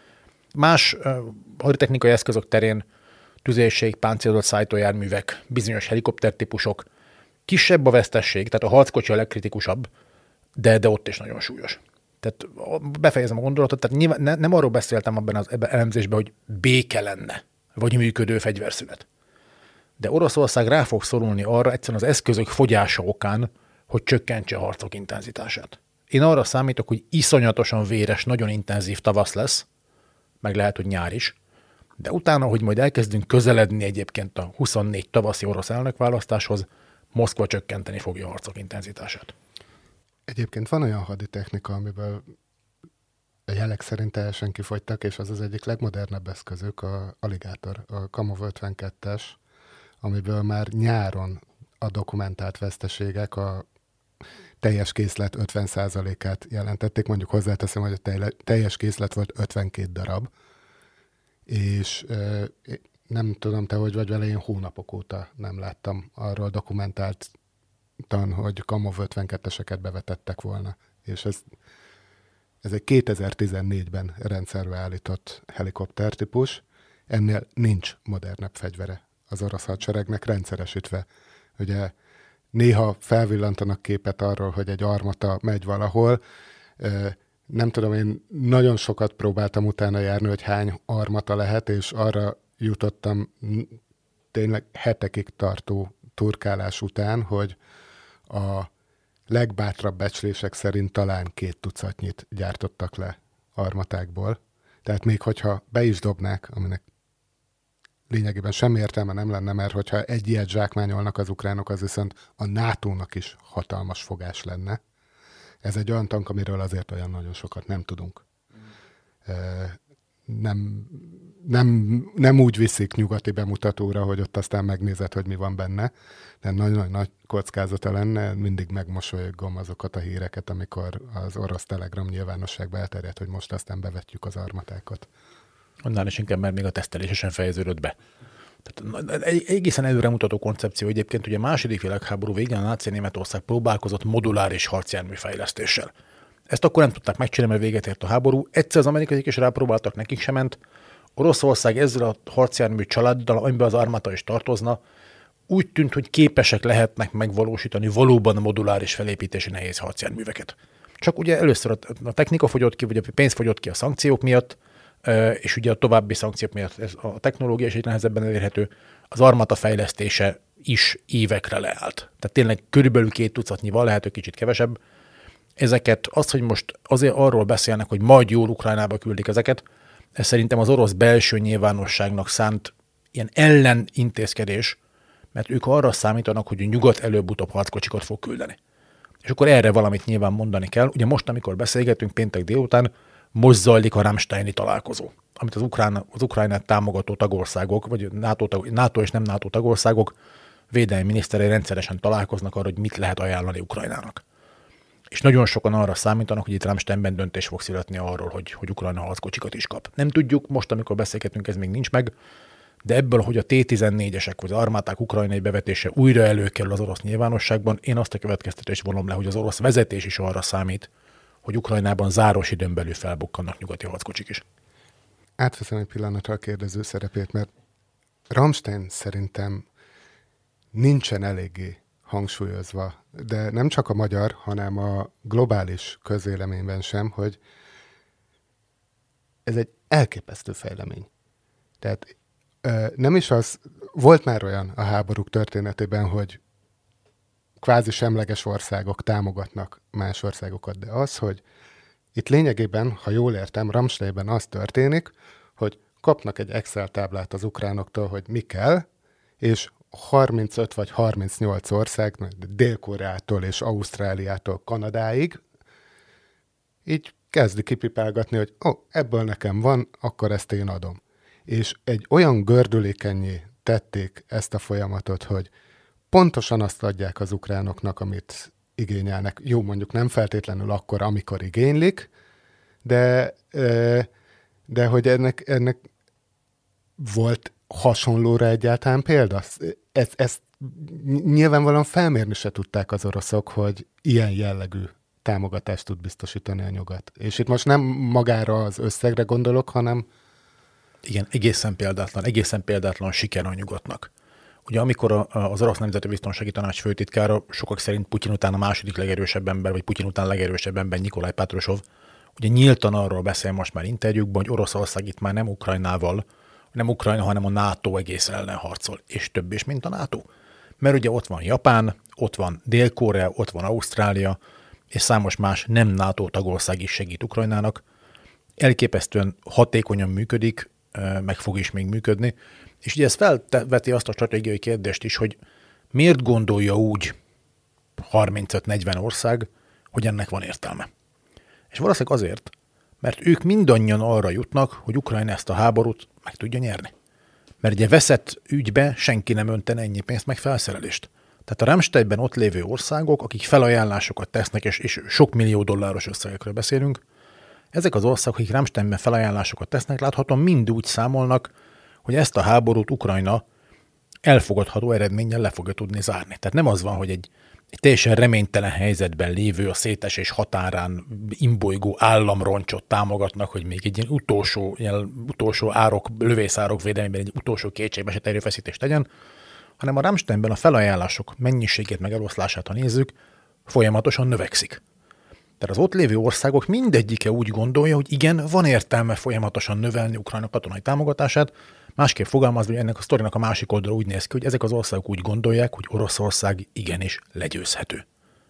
Más uh, haditechnikai eszközök terén tüzérség, páncélozott szállítójárművek, bizonyos helikoptertípusok, kisebb a vesztesség, tehát a harckocsi a legkritikusabb, de, de ott is nagyon súlyos. Tehát befejezem a gondolatot, tehát nyilván ne, nem arról beszéltem abban az ebben elemzésben, hogy béke lenne, vagy működő fegyverszünet. De Oroszország rá fog szorulni arra egyszerűen az eszközök fogyása okán, hogy csökkentse a harcok intenzitását. Én arra számítok, hogy iszonyatosan véres, nagyon intenzív tavasz lesz, meg lehet, hogy nyár is, de utána, hogy majd elkezdünk közeledni egyébként a huszonnégy tavaszi orosz elnökválasztáshoz, Moszkva csökkenteni fogja a harcok intenzitását. Egyébként van olyan haditechnika, amiből a jelek szerint teljesen kifogytak, és az az egyik legmodernebb eszközük, a Alligator, a Kamov ötvenkettes, amiből már nyáron a dokumentált veszteségek a teljes készlet ötven százalékát jelentették. Mondjuk hozzáteszem, hogy a teljes készlet volt ötvenkét darab, és euh, nem tudom, te hogy vagy vele, én hónapok óta nem láttam arról dokumentáltan, hogy Kamov ötvenketteseket bevetettek volna. És ez, ez egy kétezer-tizennégyben rendszerbe állított helikoptertípus, ennél nincs modernebb fegyvere az orosz hadseregnek rendszeresítve. Ugye néha felvillantanak képet arról, hogy egy armata megy valahol. Nem tudom, én nagyon sokat próbáltam utána járni, hogy hány armata lehet, és arra jutottam tényleg hetekig tartó turkálás után, hogy a legbátrabb becslések szerint talán két tucatnyit gyártottak le armatákból. Tehát még hogyha be is dobnák, aminek lényegében semmi értelme nem lenne, mert hogyha egy ilyet zsákmányolnak az ukránok, az viszont a nátónak is hatalmas fogás lenne. Ez egy olyan tank, amiről azért olyan nagyon sokat nem tudunk. Mm. nem, nem, nem úgy viszik nyugati bemutatóra, hogy ott aztán megnézed, hogy mi van benne. De nagyon nagy kockázata lenne, mindig megmosolygom azokat a híreket, amikor az orosz Telegram nyilvánosságba elterjedt, hogy most aztán bevetjük az armatákat. Annál is inkább, mert még a tesztelése sem fejeződött be. Tehát egy egészen előremutató koncepció egyébként, hogy a második világháború végén a náci Németország próbálkozott moduláris harcjármű fejlesztéssel. Ezt akkor nem tudták megcsinálni, mert véget ért a háború. Egyszer az amerikaiak is rápróbáltak, nekik sem ment. Oroszország ezzel a harcjármű családdal, amiben az armáta is tartozna, úgy tűnt, hogy képesek lehetnek megvalósítani valóban a moduláris felépítési nehéz harcjárműveket. Csak ugye először a technika fogyott ki, vagy a pénz fogyott ki a szankciók miatt, és ugye a további szankciók miatt ez a technológia is egy nehezebben elérhető, az armata fejlesztése is évekre leállt. Tehát tényleg körülbelül két tucatnyival, lehet, hogy kicsit kevesebb. Ezeket, az, hogy most azért arról beszélnek, hogy majd jól Ukrajnába küldik ezeket, ez szerintem az orosz belső nyilvánosságnak szánt ilyen ellenintézkedés, mert ők arra számítanak, hogy a nyugat előbb-utóbb harckocsikat fog küldeni. És akkor erre valamit nyilván mondani kell. Ugye most, amikor beszélgetünk péntek délután, most zajlik a Rammsteini találkozó, amit az, Ukrán, az Ukrajnát támogató tagországok, vagy NATO, tag, NATO és nem NATO tagországok védelmi miniszterei rendszeresen találkoznak arra, hogy mit lehet ajánlani Ukrajnának. És nagyon sokan arra számítanak, hogy itt Rammsteinben döntés fog születni arról, hogy, hogy Ukrajna harckocsikat is kap. Nem tudjuk, most, amikor beszélgetünk, ez még nincs meg, de ebből, hogy a té tizennégyesek vagy az armáták ukrajnai bevetése újra előkerül az orosz nyilvánosságban, én azt a következtetést vonom le, hogy az orosz vezetés is arra számít, hogy Ukrajnában záros időn belül felbukkannak nyugati harckocsik is. Átveszem egy pillanatra a kérdező szerepét, mert Rammstein szerintem nincsen eléggé hangsúlyozva, de nem csak a magyar, hanem a globális közvéleményben sem, hogy ez egy elképesztő fejlemény. Tehát nem is az, volt már olyan a háborúk történetében, hogy kvázi semleges országok támogatnak más országokat, de az, hogy itt lényegében, ha jól értem, Rammsteinben az történik, hogy kapnak egy Excel táblát az ukránoktól, hogy mi kell, és harmincöt vagy harmincnyolc ország, Dél-Koreától és Ausztráliától Kanadáig így kezdi kipipálgatni, hogy ó, oh, ebből nekem van, akkor ezt én adom. És egy olyan gördülékennyé tették ezt a folyamatot, hogy pontosan azt adják az ukránoknak, amit igényelnek. Jó, mondjuk nem feltétlenül akkor, amikor igénylik, de, de hogy ennek, ennek volt hasonlóra egyáltalán példa? Ezt, ezt nyilvánvalóan felmérni se tudták az oroszok, hogy ilyen jellegű támogatást tud biztosítani a nyugat. És itt most nem magára az összegre gondolok, hanem... Igen, egészen példátlan, egészen példátlan siker a nyugatnak. Ugye amikor a, az Orosz Nemzeti Biztonsági Tanács főtitkára, sokak szerint Putyin után a második legerősebb ember, vagy Putyin után legerősebb ember, Nikolaj Patrusov, ugye nyíltan arról beszél most már interjúkban, hogy Oroszország itt már nem Ukrajnával, nem Ukrajna, hanem a NATO egész ellen harcol, és több is, mint a NATO. Mert ugye ott van Japán, ott van Dél-Korea, ott van Ausztrália, és számos más nem NATO tagország is segít Ukrajnának. Elképesztően hatékonyan működik, meg fog is még működni. És ugye ez felveti azt a stratégiai kérdést is, hogy miért gondolja úgy harmincöt-negyven ország, hogy ennek van értelme. És valószínűleg azért, mert ők mindannyian arra jutnak, hogy Ukrajna ezt a háborút meg tudja nyerni. Mert ugye veszett ügybe senki nem öntene ennyi pénzt meg felszerelést. Tehát a Rammsteinben ott lévő országok, akik felajánlásokat tesznek, és, és sok millió dolláros összegekről beszélünk, ezek az országok, akik Rammsteinben felajánlásokat tesznek, láthatóan mind úgy számolnak, hogy ezt a háborút Ukrajna elfogadható eredménnyel le fogja tudni zárni. Tehát nem az van, hogy egy, egy teljesen reménytelen helyzetben lévő, a szétesés határán imbolygó államroncsot támogatnak, hogy még egy ilyen utolsó, ilyen utolsó árok, lövészárok védelmében egy utolsó kétségbe esett erőfeszítést tegyen, hanem a Rammsteinben a felajánlások mennyiségét meg eloszlását, ha nézzük, folyamatosan növekszik. Tehát az ott lévő országok mindegyike úgy gondolja, hogy igen, van értelme folyamatosan növelni Ukrajna katonai támogatását, másképp fogalmazva, hogy ennek a sztorinak a másik oldala úgy néz ki, hogy ezek az országok úgy gondolják, hogy Oroszország igenis legyőzhető.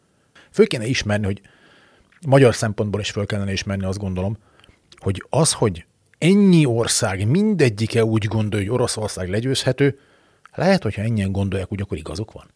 Föl kéne ismerni, hogy magyar szempontból is föl kellene ismerni, azt gondolom, hogy az, hogy ennyi ország mindegyike úgy gondolja, hogy Oroszország legyőzhető, lehet, hogyha ennyien gondolják, úgy akkor igazuk van.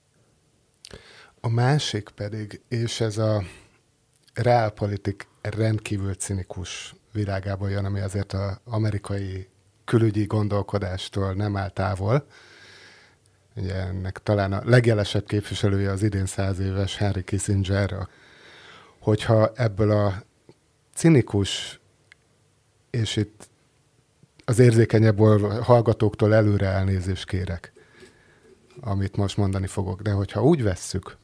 A másik pedig, és ez a reálpolitik rendkívül cinikus világából jön, ami azért az amerikai külügyi gondolkodástól nem áll távol. Ugye ennek talán a legjelesebb képviselője az idén száz éves Henry Kissinger, hogyha ebből a cinikus, és itt az érzékenyebb hallgatóktól előre elnézést kérek, amit most mondani fogok, de hogyha úgy vesszük,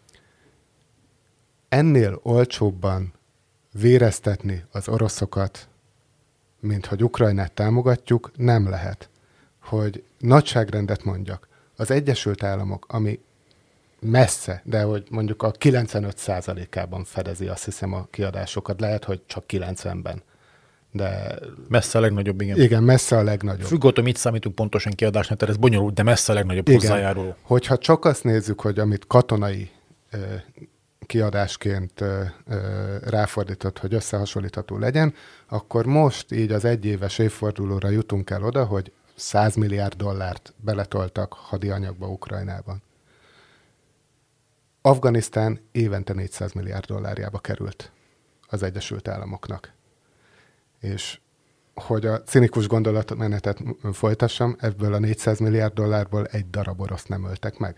ennél olcsóbban véreztetni az oroszokat, mint hogy Ukrajnát támogatjuk, nem lehet. Hogy nagyságrendet mondjak, az Egyesült Államok, ami messze, de hogy mondjuk a kilencvenöt százalékában fedezi, azt hiszem, a kiadásokat, lehet, hogy csak kilencvenben. De messze a legnagyobb, igen. Igen, messze a legnagyobb. Függőtől mit számítunk pontosan kiadásnak, tehát ez bonyolult, de messze a legnagyobb igen. hozzájáruló. Hogyha csak azt nézzük, hogy amit katonai ö, kiadásként ö, ö, ráfordított, hogy összehasonlítható legyen, akkor most így az egyéves évfordulóra jutunk el oda, hogy száz milliárd dollárt beletoltak hadianyagba Ukrajnában. Afganisztán évente négyszáz milliárd dollárjába került az Egyesült Államoknak. És hogy a cinikus gondolatmenetet folytassam, ebből a négyszáz milliárd dollárból egy darab oroszt nem öltek meg.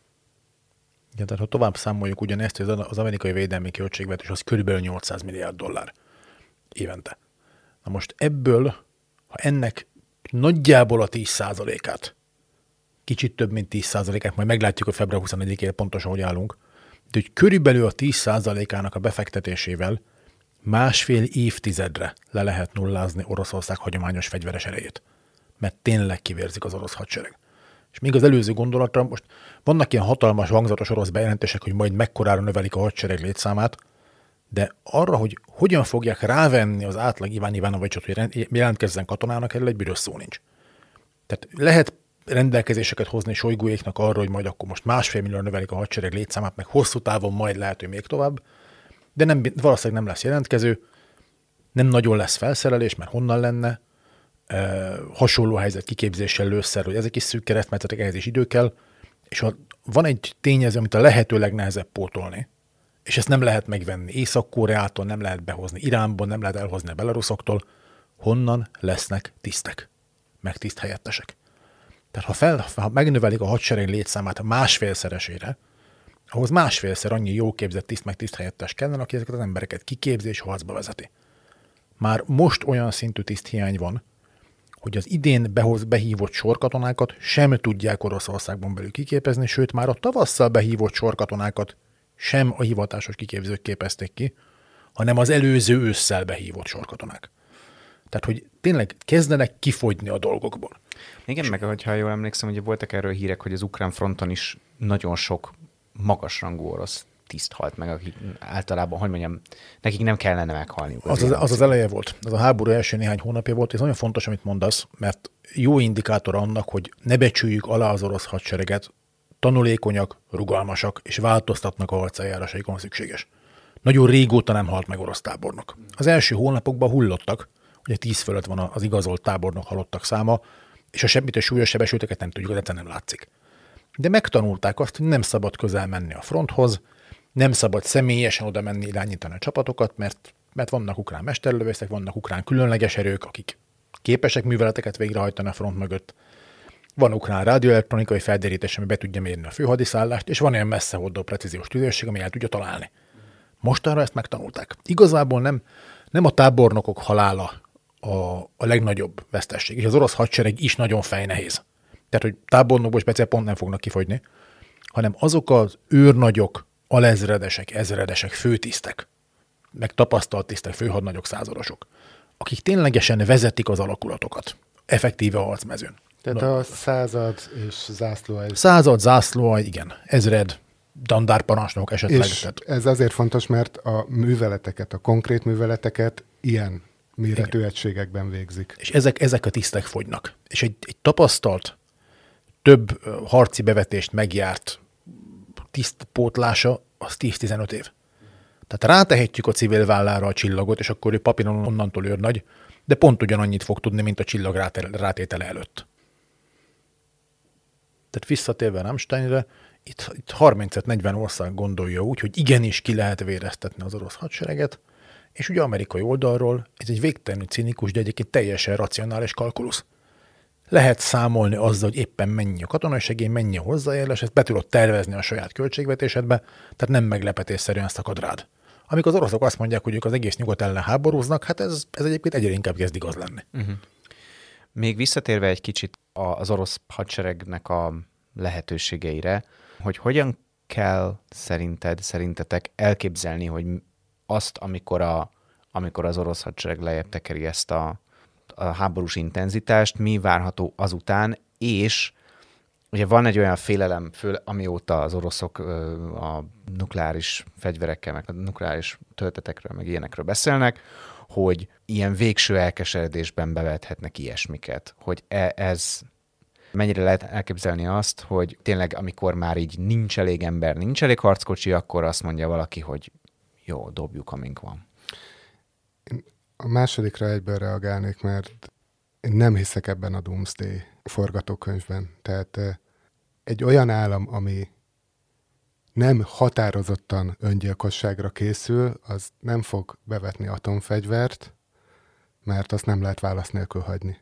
Igen, tehát ha tovább számoljuk ugyanezt, hogy az amerikai védelmi költségvetés az körülbelül nyolcszáz milliárd dollár évente. Na most ebből, ha ennek nagyjából a tíz százalékát, kicsit több, mint tíz százalékát, majd meglátjuk, hogy február huszonegyedikére pontosan hogy állunk, de hogy körülbelül a tíz százalékának a befektetésével másfél évtizedre le lehet nullázni Oroszország hagyományos fegyveres erejét. Mert tényleg kivérzik az orosz hadsereg. És még az előző gondolatra, most vannak ilyen hatalmas, hangzatos orosz bejelentések, hogy majd mekkorára növelik a hadsereg létszámát, de arra, hogy hogyan fogják rávenni az átlag Iván Ivanovicsot, hogy jelentkezzen katonának, erről egy büdös szó nincs. Tehát lehet rendelkezéseket hozni Sojgujéknak arra, hogy majd akkor most másfél millió növelik a hadsereg létszámát, meg hosszú távon majd lehet, hogy még tovább, de nem, valószínűleg nem lesz jelentkező, nem nagyon lesz felszerelés, mert honnan lenne, e, hasonló helyzet kiképzéssel lőszer, hogy ezek is szűk keresztmetszetek, ehhez is idő kell, és ha van egy tényező, amit a lehető legnehezebb pótolni, és ezt nem lehet megvenni Észak-Koreától, nem lehet behozni Iránból, nem lehet elhozni a belaruszoktól, honnan lesznek tisztek, meg tiszthelyettesek. Tehát ha, fel, ha megnövelik a hadsereg létszámát másfélszeresére, ahhoz másfélszer annyi jó képzett tiszt meg tiszthelyettes kellene, aki ezeket az embereket kiképzi és harcba vezeti. Már most olyan szintű tiszthiány van, hogy az idén behoz, behívott sorkatonákat sem tudják Oroszországban belül kiképezni, sőt már a tavasszal behívott sorkatonákat sem a hivatásos kiképzők képezték ki, hanem az előző ősszel behívott sorkatonák. Tehát, hogy tényleg kezdenek kifogyni a dolgokból. Igen, meg hogyha jól emlékszem, hogy voltak erről hírek, hogy az ukrán fronton is nagyon sok magasrangú orosz tiszt halt meg, akik általában, hogy mondjam, nekik nem kellene meghalniuk. Az az, az az eleje volt. Az a háború első néhány hónapja volt. Ez nagyon fontos, amit mondasz, mert jó indikátor annak, hogy ne becsüljük alá az orosz hadsereget, tanulékonyak, rugalmasak, és változtatnak a harceljárásaikon, szükséges. Nagyon régóta nem halt meg orosz tábornok. Az első hónapokban hullottak, ugye tíz fölött van az igazolt tábornok halottak száma, és a semmit, a súlyos sebesülteket nem tudjuk, de nem látszik. De megtanulták azt, hogy nem szabad közel menni a fronthoz, nem szabad személyesen oda menni irányítani a csapatokat, mert, mert vannak ukrán mesterlövészek, vannak ukrán különleges erők, akik képesek műveleteket végrehajtani a front mögött. Van ukrán rádióelektronikai felderítés, ami be tudja mérni a főhadiszállást, és van olyan messzehordó precíziós tüzérség, ami el tudja találni. Mostanra ezt megtanulták. Igazából nem, nem a tábornokok halála a, a legnagyobb vesztesség, és az orosz hadsereg is nagyon fejnehéz. Tehát, hogy tábornokból speciál pont nem fognak kifogyni, hanem azok az őrnagyok, alezredesek, ezredesek, főtisztek, meg tapasztalt tisztek, főhadnagyok, századosok, akik ténylegesen vezetik az alakulatokat, effektíve a harcmezőn. Tehát no. a század és zászlóaj. Század, zászlóaj, igen, ezred, dandárparancsnok esetleg. És tehát... ez azért fontos, mert a műveleteket, a konkrét műveleteket ilyen méretű igen. egységekben végzik. És ezek, ezek a tisztek fogynak. És egy, egy tapasztalt, több harci bevetést megjárt tisztpótlása az tíz-tizenöt év. Tehát rátehetjük a civil vállára a csillagot, és akkor ő papíron onnantól őrnagy, de pont ugyanannyit fog tudni, mint a csillag rátétele előtt. Tehát visszatérve Rammsteinre, itt, itt harminc-negyven ország gondolja úgy, hogy igenis ki lehet véreztetni az orosz hadsereget, És ugye amerikai oldalról ez egy végtelenül cinikus, de egyébként teljesen racionális kalkulusz. Lehet számolni azzal, hogy éppen mennyi a katonai segély, mennyi a hozzájárulás, ezt be tudod tervezni a saját költségvetésedbe, tehát nem meglepetésszerűen szakad rád. Amikor az oroszok azt mondják, hogy ők az egész nyugat ellen háborúznak, hát ez, ez egyébként egyre inkább kezd igaz lenni. Uh-huh. Még visszatérve egy kicsit az orosz hadseregnek a lehetőségeire, hogy hogyan kell szerinted, szerintetek elképzelni, hogy azt, amikor, a, amikor az orosz hadsereg lejjebb tekeri ezt a, a háborús intenzitást, mi várható azután, és ugye van egy olyan félelem, föl, amióta az oroszok a nukleáris fegyverekkel, meg a nukleáris töltetekről, meg ilyenekről beszélnek, hogy ilyen végső elkeseredésben bevethetnek ilyesmiket. Hogy ez mennyire lehet elképzelni azt, hogy tényleg amikor már így nincs elég ember, nincs elég harckocsi, akkor azt mondja valaki, hogy jó, dobjuk, amink van. Én a másodikra egyből reagálnék, mert én nem hiszek ebben a Doomsday forgatókönyvben. Tehát egy olyan állam, ami nem határozottan öngyilkosságra készül, az nem fog bevetni atomfegyvert, mert azt nem lehet válasz nélkül hagyni.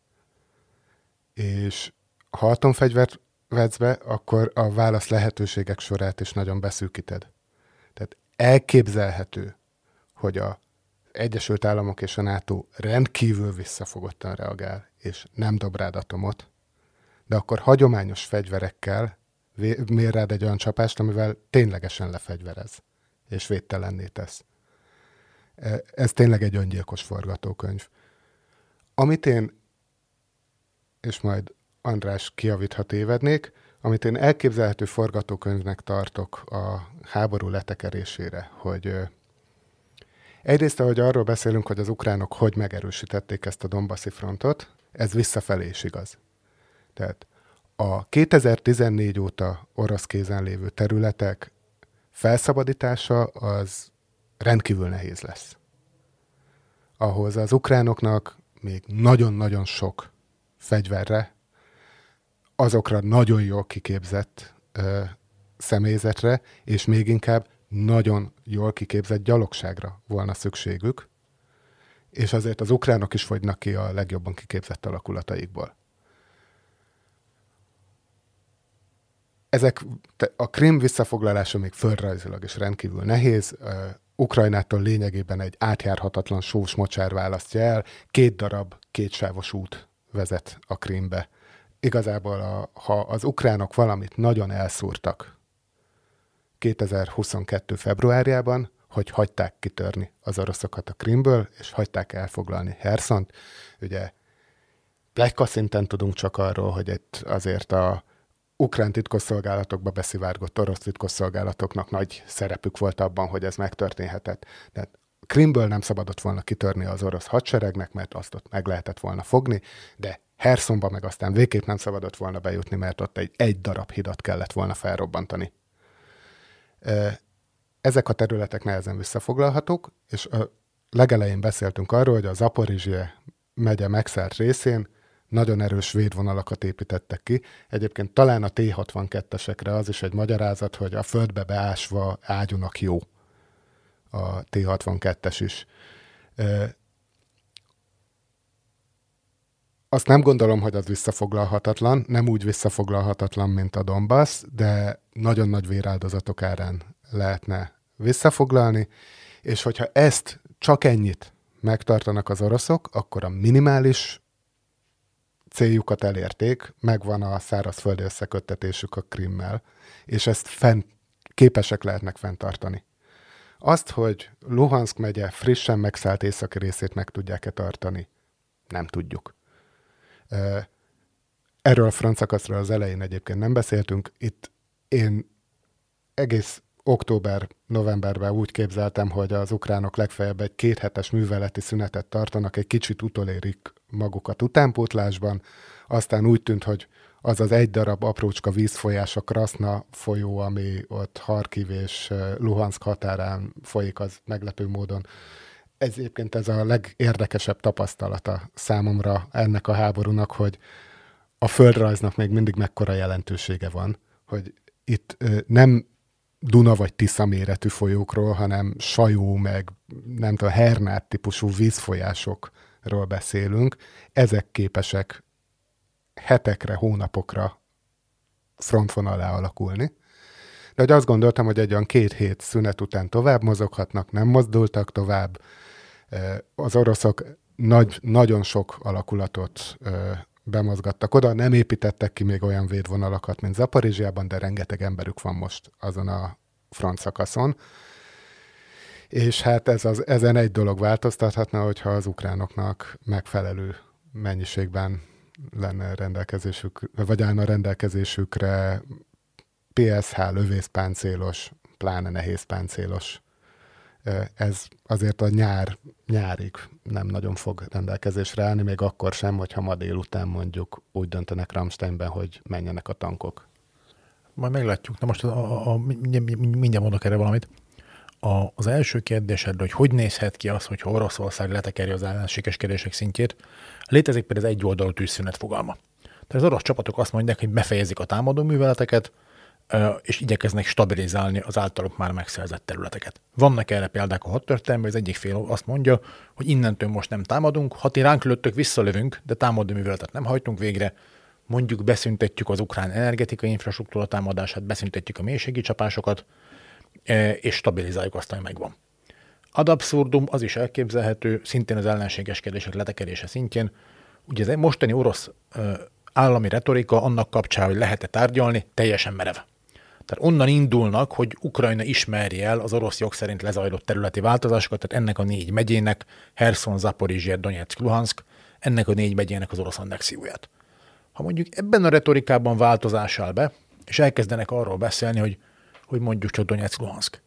És ha atomfegyvert vetsz be, akkor a válasz lehetőségek sorát is nagyon beszűkíted. Tehát elképzelhető, hogy az Egyesült Államok és a NATO rendkívül visszafogottan reagál, és nem dob rád atomot, de akkor hagyományos fegyverekkel mér rád egy olyan csapást, amivel ténylegesen lefegyverez, és védtelenné tesz. Ez tényleg egy öngyilkos forgatókönyv. Amit én, és majd András kijavít, ha tévednék, amit én elképzelhető forgatókönyvnek tartok a háború letekerésére, hogy egyrészt, ahogy arról beszélünk, hogy az ukránok hogy megerősítették ezt a Donbassi frontot, ez visszafelé is igaz. Tehát a kétezer-tizennégy óta orosz kézen lévő területek felszabadítása az rendkívül nehéz lesz. Ahhoz az ukránoknak még nagyon-nagyon sok fegyverre, azokra nagyon jól kiképzett ö, személyzetre, és még inkább nagyon jól kiképzett gyalogságra volna szükségük, és azért az ukránok is fogynak ki a legjobban kiképzett alakulataikból. Ezek, a Krím visszafoglalása még földrajzilag is rendkívül nehéz. Uh, Ukrajnától lényegében egy átjárhatatlan sós mocsár választja el, két darab kétsávos út vezet a Krímbe. Igazából, a, ha az ukránok valamit nagyon elszúrtak kétezer-huszonkettő februárjában, hogy hagyták kitörni az oroszokat a Krímből, és hagyták elfoglalni Herszont. Ugye pletyka szinten tudunk csak arról, hogy itt azért a ukrán titkosszolgálatokba beszivárgott orosz titkosszolgálatoknak nagy szerepük volt abban, hogy ez megtörténhetett. De Krímből nem szabadott volna kitörni az orosz hadseregnek, mert azt ott meg lehetett volna fogni, de Herszonba meg aztán végképp nem szabadott volna bejutni, mert ott egy, egy darab hidat kellett volna felrobbantani. Ezek a területek nehezen visszafoglalhatók, és a legelején beszéltünk arról, hogy a Zaporizhzhia megye megszállt részén nagyon erős védvonalakat építettek ki. Egyébként talán a té hatvankettősekre az is egy magyarázat, hogy a földbe beásva ágyúnak jó a té hatvankettes is. Azt nem gondolom, hogy az visszafoglalhatatlan, nem úgy visszafoglalhatatlan, mint a Donbass, de nagyon nagy véráldozatok árán lehetne visszafoglalni, és hogyha ezt csak ennyit megtartanak az oroszok, akkor a minimális céljukat elérték, megvan a szárazföldi összeköttetésük a Krímmel, és ezt fenn, képesek lehetnek fenntartani. Azt, hogy Luhanszk megye frissen megszállt északi részét meg tudják-e tartani, nem tudjuk. Erről a francakaszról az elején egyébként nem beszéltünk. Itt én egész október-novemberben úgy képzeltem, hogy az ukránok legfeljebb egy kéthetes műveleti szünetet tartanak, egy kicsit utolérik magukat utánpótlásban. Aztán úgy tűnt, hogy az az egy darab aprócska vízfolyás, a Kraszna folyó, ami ott Harkiv és Luhanszk határán folyik, az meglepő módon. Ez egyébként ez a legérdekesebb tapasztalata számomra ennek a háborúnak, hogy a földrajznak még mindig mekkora jelentősége van, hogy itt nem Duna vagy Tisza méretű folyókról, hanem Sajó, meg nem tudom, Hernát típusú vízfolyásokról beszélünk. Ezek képesek hetekre, hónapokra frontvon alá alakulni. De hogy azt gondoltam, hogy egy olyan két hét szünet után tovább mozoghatnak, nem mozdultak tovább. Az oroszok nagy, nagyon sok alakulatot bemozgattak oda, nem építettek ki még olyan védvonalakat, mint Zaporizsiában, de rengeteg emberük van most azon a front szakaszon. És hát ez az, ezen egy dolog változtathatna, hogyha az ukránoknak megfelelő mennyiségben lenne rendelkezésük, vagy állna rendelkezésükre pé es há lövészpáncélos, pláne nehézpáncélos. Ez azért a nyár, nyárig nem nagyon fog rendelkezésre állni, még akkor sem, hogyha ma délután mondjuk úgy döntenek Ramsteinben, hogy menjenek a tankok. Majd meglátjuk. Na most a, a, a, mindjárt mondok erre valamit. A, az első kérdésedre, hogy hogy nézhet ki az, hogyha Oroszország letekeri az ellenségeskedések szintjét, létezik például az egyoldalú tűzszünet fogalma. Tehát az orosz csapatok azt mondják, hogy befejezik a támadó műveleteket, és igyekeznek stabilizálni az általuk már megszerzett területeket. Vannak erre példák a hadtörténelemben, az egyik fél azt mondja, hogy innentől most nem támadunk, ha ti ránk lőttök, visszalövünk, de támadó műveletet nem hajtunk végre, mondjuk beszüntetjük az ukrán energetikai infrastruktúra támadását, beszüntetjük a mélységi csapásokat, és stabilizáljuk azt, ami megvan. Ad abszurdum, az is elképzelhető, szintén az ellenségeskedések letekerése szintjén, ugye az mostani orosz állami retorika annak kapcsán, hogy lehet-e tárgyalni, teljesen merev. Tehát onnan indulnak, hogy Ukrajna ismerje el az orosz jog szerint lezajlott területi változásokat, tehát ennek a négy megyének, Herson, Zaporizhzhia, Donetsk, Luhansk, ennek a négy megyének az orosz annexióját. Ha mondjuk ebben a retorikában változás áll be, és elkezdenek arról beszélni, hogy, hogy mondjuk csak Donetsk, Luhansk,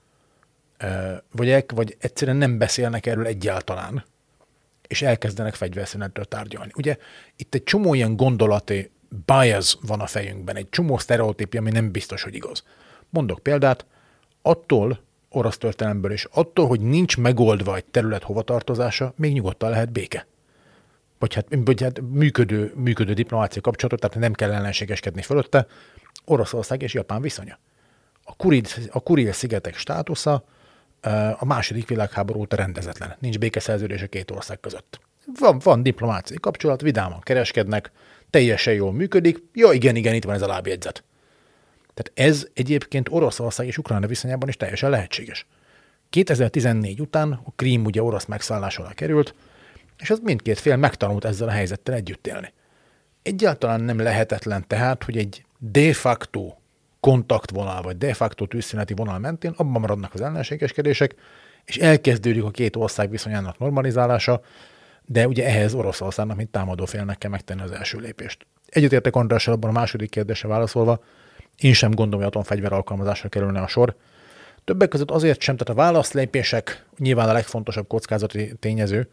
vagy, vagy egyszerűen nem beszélnek erről egyáltalán, és elkezdenek fegyverszünetről tárgyalni. Ugye itt egy csomó ilyen gondolati bias van a fejünkben, egy csomó sztereotípia, ami nem biztos, hogy igaz. Mondok példát, attól, orosz történelemből is, attól, hogy nincs megoldva egy terület hovatartozása, még nyugodtan lehet béke. Vagy hát, vagy hát működő, működő diplomáciai kapcsolatot, tehát nem kell ellenségeskedni fölötte, Oroszország és Japán viszonya. A Kuril, a Kuril-szigetek státusza a második világháború óta rendezetlen. Nincs békeszerződés a két ország között. Van, van diplomáciai kapcsolat, vidáman kereskednek, teljesen jól működik. Ja, igen, igen, itt van ez a lábjegyzet. Tehát ez egyébként Oroszország és Ukrajna viszonyában is teljesen lehetséges. kétezer-tizennégy után a Krím ugye orosz megszállás alá került, és az mindkét fél megtanult ezzel a helyzettel együtt élni. Egyáltalán nem lehetetlen tehát, hogy egy de facto kontaktvonal, vagy de facto tűzszüneti vonal mentén abban maradnak az ellenségeskedések, és elkezdődik a két ország viszonyának normalizálása, de ugye ehhez Oroszországnak, mint támadó félnek kell megtenni az első lépést. Egyetértek Andrással abban a második kérdésre válaszolva, én sem gondolom, hogy atomfegyver alkalmazásra kerülne a sor. Többek között azért sem, tehát a válaszlépések nyilván a legfontosabb kockázati tényező,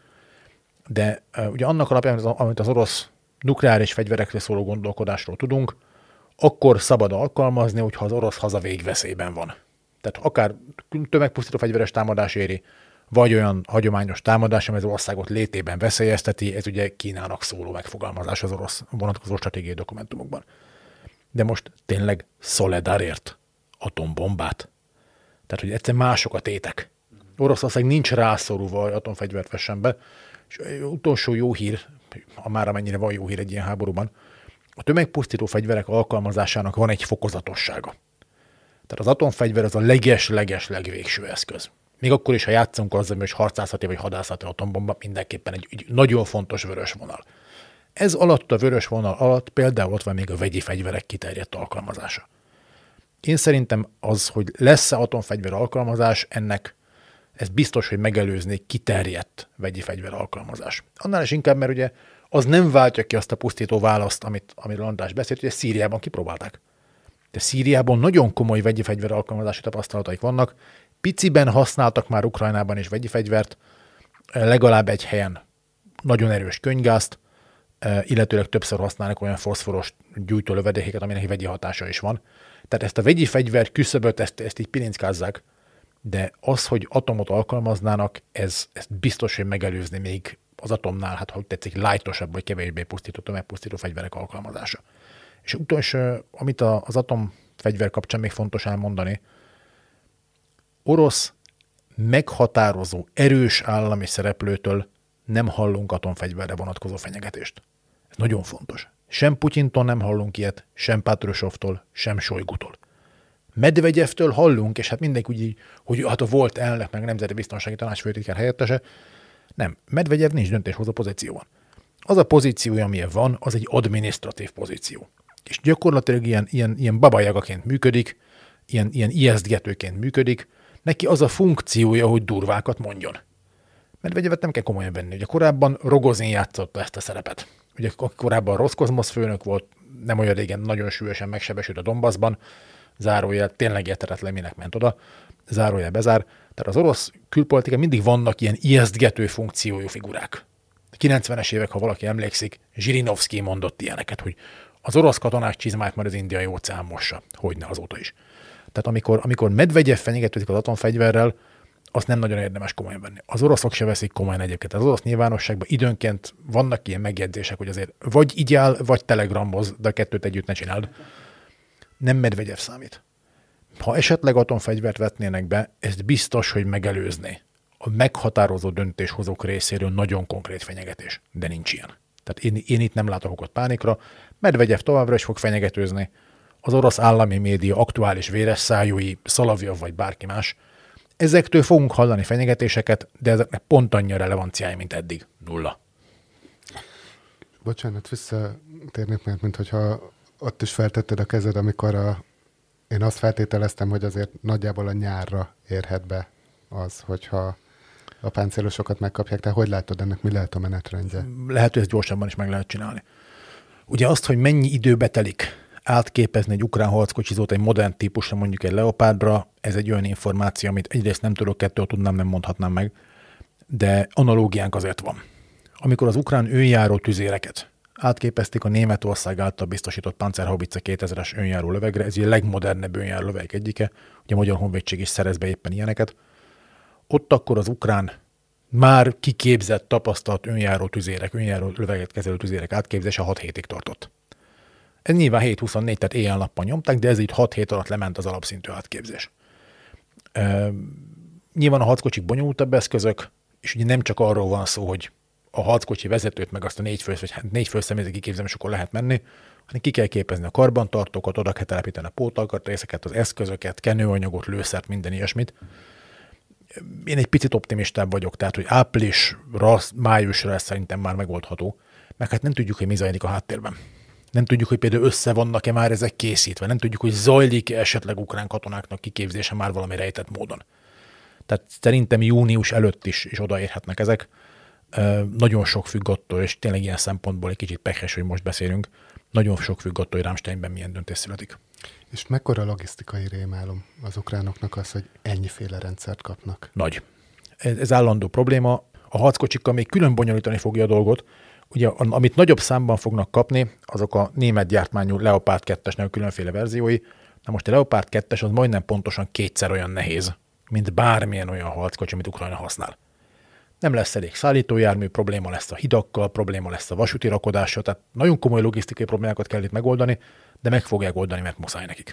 de uh, ugye annak alapján, amit az orosz nukleáris fegyverekre szóló gondolkodásról tudunk, akkor szabad alkalmazni, hogyha az orosz haza végveszélyben van. Tehát akár tömegpusztító fegyveres támadás éri, vagy olyan hagyományos támadás, amely az országot létében veszélyezteti, ez ugye Kínának szóló megfogalmazás az orosz vonatkozó stratégiai dokumentumokban. De most tényleg Soledarért atombombát. Tehát, hogy egyszerűen mások a tétek. Oroszország nincs rászorulva, hogy atomfegyvert vessen be, és utolsó jó hír, a már amennyire van jó hír egy ilyen háborúban, a tömegpusztító fegyverek alkalmazásának van egy fokozatossága. Tehát az atomfegyver az a leges-leges legvégső eszköz. Még akkor is, ha játszunk azzal, hogy harcászati vagy hadászati atombomba, mindenképpen egy, egy nagyon fontos vörös vonal. Ez alatt a vörös vonal alatt például ott van még a vegyi fegyverek kiterjedt alkalmazása. Én szerintem az, hogy lesz-e atomfegyver alkalmazás, ennek ez biztos, hogy megelőzni egy kiterjedt vegyi fegyver alkalmazás. Annál is inkább, mert ugye az nem váltja ki azt a pusztító választ, amit, amiről András beszélt, hogy ezt Szíriában kipróbálták. De Szíriában nagyon komoly vegyi fegyver alkalmazási tapasztalataik vannak, piciben használtak már Ukrajnában is vegyi fegyvert, legalább egy helyen nagyon erős könyvgázt, illetőleg többször használnak olyan foszforos gyújtólövedékeket, aminek vegyi hatása is van. Tehát ezt a vegyi fegyver küszöböt, ezt, ezt így pilinckázzák, de az, hogy atomot alkalmaznának, ez, ez biztos, hogy megelőzni még az atomnál, hát hogy tetszik, lightosabb vagy kevésbé pusztító, tömegpusztító fegyverek alkalmazása. És utolsó, amit az atomfegyver kapcsán még fontos elmondani, orosz meghatározó, erős állami szereplőtől nem hallunk atomfegyverre vonatkozó fenyegetést. Ez nagyon fontos. Sem Putyintól nem hallunk ilyet, sem Patrusovtól, sem Sojgutól. Medvegyevtől hallunk, és hát mindenki úgy így, hogy hát a volt elnök, meg Nemzeti Biztonsági Tanács főtitkár helyettese. Nem, Medvegyev nincs döntéshozó pozícióban. Az a pozíciója, amilyen van, az egy adminisztratív pozíció. És gyakorlatilag ilyen, ilyen, ilyen babajagaként működik, ilyen, ilyen ijesztgetőként működik, neki az a funkciója, hogy durvákat mondjon. Medvegyevet nem kell komolyan venni. Ugye korábban Rogozin játszotta ezt a szerepet. Ugye korábban Roszkozmosz főnök volt, nem olyan régen nagyon súlyosan megsebesült a Donbassban, zárójel, tényleg érthetetlen, minek ment oda, zárójel bezár. Tehát az orosz külpolitika mindig vannak ilyen ijesztgető funkciójú figurák. A kilencvenes évek, ha valaki emlékszik, Zsirinovszky mondott ilyeneket, hogy az orosz katonák csizmát már az Indiai óceán mossa. Hogyne, azóta is. Tehát amikor, amikor Medvegyev fenyegetődik az atomfegyverrel, azt nem nagyon érdemes komolyan venni. Az oroszok se veszik komolyan egyébként. Az orosz nyilvánosságban időnként vannak ilyen megjegyzések, hogy azért vagy így áll, vagy telegrammoz, de a kettőt együtt ne csináld. Nem Medvegyev számít. Ha esetleg atomfegyvert vetnének be, ezt biztos, hogy megelőzné. A meghatározó döntéshozók részéről nagyon konkrét fenyegetés, de nincs ilyen. Tehát én, én itt nem látok okot pánikra. Medvegyev továbbra is fog fenyegetőzni. Az orosz állami média aktuális véres szájúi, Szalavjov vagy bárki más, ezektől fogunk hallani fenyegetéseket, de ezeknek pont annyi a relevanciája, mint eddig. Nulla. Bocsánat, visszatérnék, mert mintha ott is feltetted a kezed, amikor a, én azt feltételeztem, hogy azért nagyjából a nyárra érhet be az, hogyha a páncélosokat megkapják. Te hogy látod ennek, mi lehet a menetrendje? Lehet, hogy ezt gyorsabban is meg lehet csinálni. Ugye azt, hogy mennyi időbe telik átképezni egy ukrán harckocsizót egy modern típusra, mondjuk egy Leopardra, ez egy olyan információ, amit egyrészt nem tudok, kettől tudnám, nem mondhatnám meg, de analógiánk azért van. Amikor az ukrán önjáró tüzéreket átképezték a Németország által biztosított Panzerhaubitze kétezres önjáró lövegre, ez a legmodernebb önjáró löveg egyike, ugye a Magyar Honvédség is szerez be éppen ilyeneket, ott akkor az ukrán már kiképzett, tapasztalt önjáró tüzérek, önjáró löveget kezelő tüzérek átképzése hat hétig tartott. Ez nyilván hét huszonnégy, tehát éjjel-nappal nyomták, de ez így hat hét alatt lement az alapszintű átképzés. E, nyilván a harckocsik bonyolultabb eszközök, és ugye nem csak arról van szó, hogy a harckocsi vezetőt, meg azt a négy fős, vagy négy fős személyzet kiképzem, és akkor lehet menni, hanem ki kell képezni a karbantartókat, oda kell telepíteni a pótalkat, részeket, az eszközöket, kenőanyagot, lőszert, minden ilyesmit. Én egy picit optimistább vagyok, tehát, hogy áprilisra, májusra ez szerintem már megoldható, meg hát nem tudjuk, hogy mi zajlik a háttérben. Nem tudjuk, hogy például össze vannak-e már ezek készítve, nem tudjuk, hogy zajlik-e esetleg ukrán katonáknak kiképzése már valami rejtett módon. Tehát szerintem június előtt is, is odaérhetnek ezek. Nagyon sok függ attól, és tényleg ilyen szempontból egy kicsit pekhes, hogy most beszélünk, nagyon sok függ attól, hogy Ramsteinben milyen döntés születik. És mekkora logisztikai rémálom az ukránoknak az, hogy ennyiféle rendszert kapnak? Nagy. Ez, ez állandó probléma. A harckocsikkal még külön bonyolítani fogja a dolgot. Ugye, amit nagyobb számban fognak kapni, azok a német gyártmányú Leopard kettesnek különféle verziói. Na most a Leopard kettes az majdnem pontosan kétszer olyan nehéz, mint bármilyen olyan harckocsi, amit Ukrajna használ. Nem lesz elég szállítójármű, probléma lesz a hidakkal, probléma lesz a vasúti rakodással, tehát nagyon komoly logisztikai problémákat kell itt megoldani, de meg fogják oldani, mert muszáj nekik.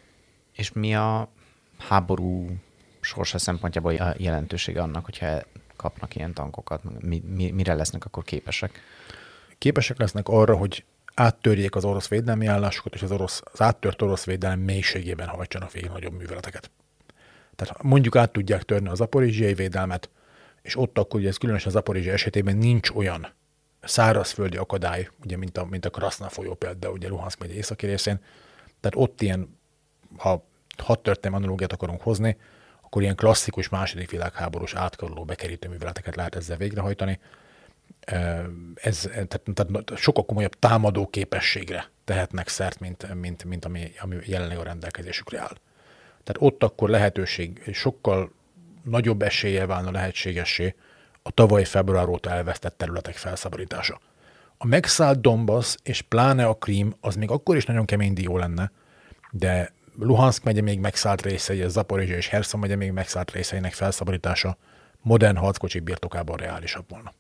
És mi a háború sorsa szempontjából a jelentősége annak, hogyha kapnak ilyen tankokat? Mi, mi, mire lesznek akkor képesek? Képesek lesznek arra, hogy áttörjék az orosz védelmi állásokat, és az, orosz, az áttört orosz védelem mélységében hajtsanak végig nagyobb műveleteket. Tehát mondjuk át tudják törni a zaporizsiai védelmet, és ott akkor, ugye ez különösen a Zaporizsia esetében nincs olyan szárazföldi akadály, ugye, mint a, mint a Kraszna folyó például, ugye Luhanszk megye északi részén. Tehát ott ilyen, ha hat történelmi analógiát akarunk hozni, akkor ilyen klasszikus második világháborús átkaroló bekerítő műveleteket lehet ezzel végrehajtani. Ez, tehát, tehát sokkal komolyabb támadó képességre tehetnek szert, mint, mint, mint ami, ami jelenleg a rendelkezésükre áll. Tehát ott akkor lehetőség, sokkal nagyobb eséllyel válna lehetségessé a tavaly február óta elvesztett területek felszabadítása. A megszállt Donbass és pláne a Krím az még akkor is nagyon kemény dió lenne, de Luhanszk megye még megszállt részei, a Zaporizsia és Herszon megye még megszállt részeinek felszabadítása modern harckocsik birtokában reálisabb volna.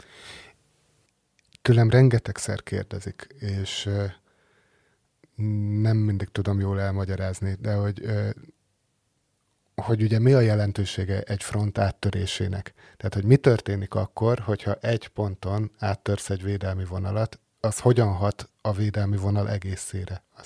Tőlem rengetegszer kérdezik, és nem mindig tudom jól elmagyarázni, de hogy hogy ugye mi a jelentősége egy front áttörésének. Tehát, hogy mi történik akkor, hogyha egy ponton áttörsz egy védelmi vonalat, az hogyan hat a védelmi vonal egészére? Azt...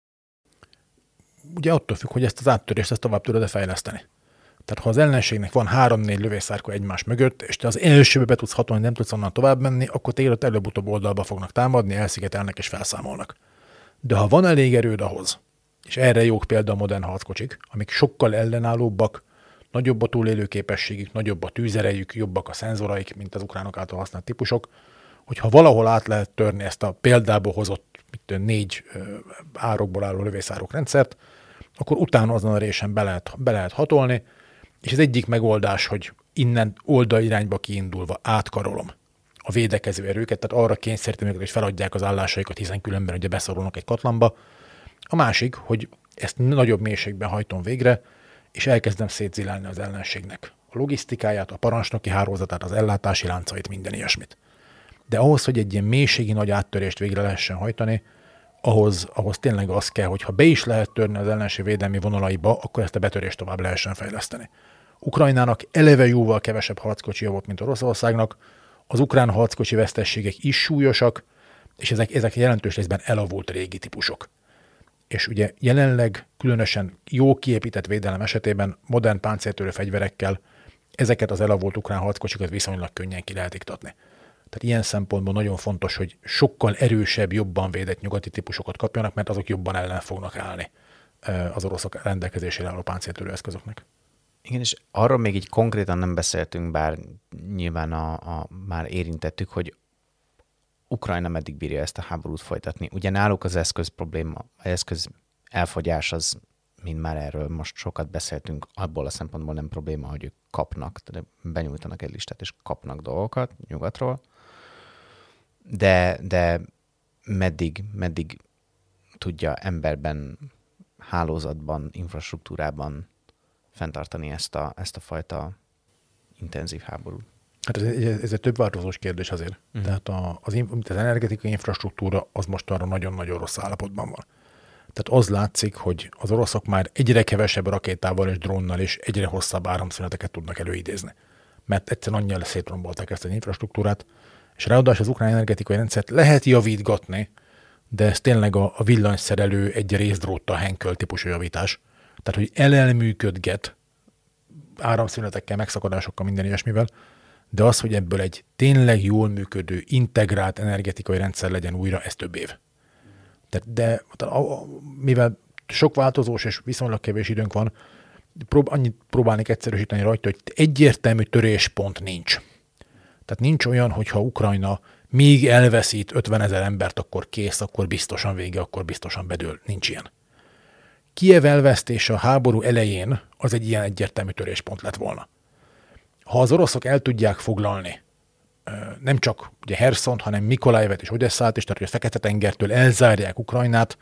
Ugye attól függ, hogy ezt az áttörést ezt tovább tudod-e fejleszteni. Tehát ha az ellenségnek van három-négy lövészárka egymás mögött, és te az elsőbe be tudsz hatolni, nem tudsz onnan tovább menni, akkor téged előbb-utóbb oldalba fognak támadni, elszigetelnek és felszámolnak. De ha van elég erőd ahhoz, és erre jók példa a modern harckocsik, amik sokkal ellenállóbbak, nagyobb a túlélő képességük, nagyobb a tűzerejük, jobbak a szenzoraik, mint az ukránok által használt típusok, hogyha valahol át lehet törni ezt a példából hozott mit, négy ö, árokból álló lövészárok rendszert, akkor utána azon a résen be lehet, be lehet hatolni, és az egyik megoldás, hogy innen oldalirányba kiindulva átkarolom a védekező erőket, tehát arra kényszerítem őket, hogy feladják az állásaikat, hiszen különben ugye beszorulnak egy katlamba. A másik, hogy ezt nagyobb mélységben hajtom végre, és elkezdem szétzilálni az ellenségnek a logisztikáját, a parancsnoki hálózatát, az ellátási láncait, minden ilyesmit. De ahhoz, hogy egy ilyen mélységi nagy áttörést végre lehessen hajtani, ahhoz, ahhoz tényleg az kell, hogy ha be is lehet törni az ellenség védelmi vonalaiba, akkor ezt a betörést tovább lehessen fejleszteni. Ukrajnának eleve jóval kevesebb harckocsia volt, mint Oroszországnak, az ukrán harckocsi vesztességek is súlyosak, és ezek, ezek jelentős részben elavult régi típusok. És ugye jelenleg különösen jó kiépített védelem esetében modern páncéltörő fegyverekkel ezeket az elavult ukrán harckocsikat viszonylag könnyen ki lehet iktatni. Tehát ilyen szempontból nagyon fontos, hogy sokkal erősebb, jobban védett nyugati típusokat kapjanak, mert azok jobban ellen fognak állni az oroszok rendelkezésére álló páncéltörő eszközöknek. Igen, és arról még így konkrétan nem beszéltünk, bár nyilván a, a, már érintettük, hogy Ukrajna meddig bírja ezt a háborút folytatni. Ugye náluk az eszköz probléma, az eszköz elfogyás az, mint már erről most sokat beszéltünk, abból a szempontból nem probléma, hogy ők kapnak, tehát benyújtanak egy listát és kapnak dolgokat nyugatról, de, de meddig, meddig tudja emberben, hálózatban, infrastruktúrában fenntartani ezt a, ezt a fajta intenzív háborút? Hát ez, ez egy több változós kérdés azért. Uh-huh. Tehát a, az, az energetikai infrastruktúra az most arra nagyon-nagyon rossz állapotban van. Tehát az látszik, hogy az oroszok már egyre kevesebb rakétával és drónnal és egyre hosszabb áramszüneteket tudnak előidézni. Mert egyszerűen annyira szétrombolták ezt az infrastruktúrát, és ráadásul az ukrán energetikai rendszert lehet javítgatni, de ez tényleg a, a villanyszerelő egy részdróttal Henkel típusú javítás. Tehát, hogy elelműködget áramszünetekkel, megszakadásokkal, minden ilyesmivel, de az, hogy ebből egy tényleg jól működő, integrált energetikai rendszer legyen újra, ez több év. Tehát, de mivel sok változós és viszonylag kevés időnk van, prób- annyit próbálnék egyszerűsíteni rajta, hogy egyértelmű töréspont nincs. Tehát nincs olyan, hogyha Ukrajna még elveszít ötvenezer embert, akkor kész, akkor biztosan vége, akkor biztosan bedől. Nincs ilyen. Kijev elvesztése a háború elején az egy ilyen egyértelmű töréspont lett volna. Ha az oroszok el tudják foglalni nem csak ugye Herszont, hanem Mikolajvet és Odesszát is, tehát hogy a Fekete-tengertől elzárják Ukrajnát,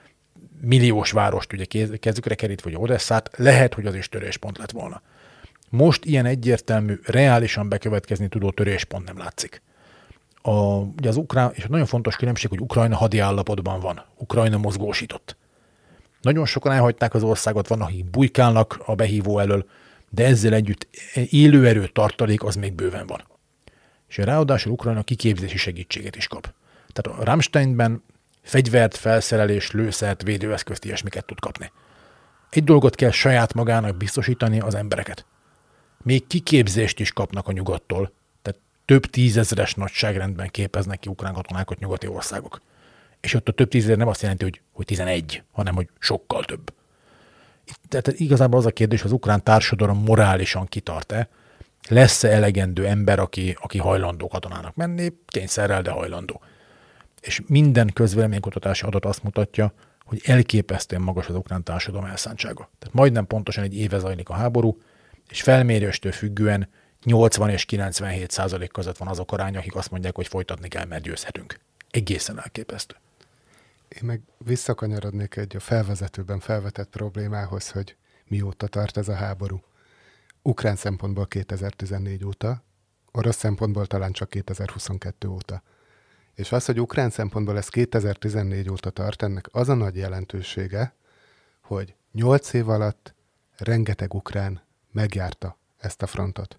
milliós várost ugye kezükre kerítve, vagy Odesszát, lehet, hogy az is töréspont lett volna. Most ilyen egyértelmű, reálisan bekövetkezni tudó töréspont nem látszik. A, ugye az ukrán, és nagyon fontos különbség, hogy Ukrajna hadi állapotban van. Ukrajna mozgósított. Nagyon sokan elhagyták az országot, vannak, akik bujkálnak a behívó elől, de ezzel együtt élőerő tartalék az még bőven van. És ráadásul Ukrajna kiképzési segítséget is kap. Tehát a Rammsteinben fegyvert, felszerelés, lőszert, védőeszközt, ilyesmiket tud kapni. Egy dolgot kell saját magának biztosítani, az embereket. Még kiképzést is kapnak a nyugattól, tehát több tízezeres nagyságrendben képeznek ki ukrán katonákat nyugati országok. És ott a több tízezer nem azt jelenti, hogy, hogy tizenegy, hanem hogy sokkal több. Tehát igazából az a kérdés, hogy az ukrán társadalom morálisan kitart-e, lesz-e elegendő ember, aki, aki hajlandó katonának menni, kényszerrel, de hajlandó. És minden közvéleménykutatási adat azt mutatja, hogy elképesztően magas az ukrán társadalom elszántsága. Tehát majdnem pontosan egy éve zajlik a háború, és felméréstől függően nyolcvan és kilencvenhét százalék között van azok aránya, akik azt mondják, hogy folytatni kell, mert győzhetünk. Egészen elképesztő. Én meg visszakanyarodnék egy a felvezetőben felvetett problémához, hogy mióta tart ez a háború. Ukrán szempontból kétezer-tizennégy óta, orosz szempontból talán csak kétezer-huszonkettő óta. És az, hogy ukrán szempontból ez kétezer-tizennégy óta tart, ennek az a nagy jelentősége, hogy nyolc év alatt rengeteg ukrán megjárta ezt a frontot.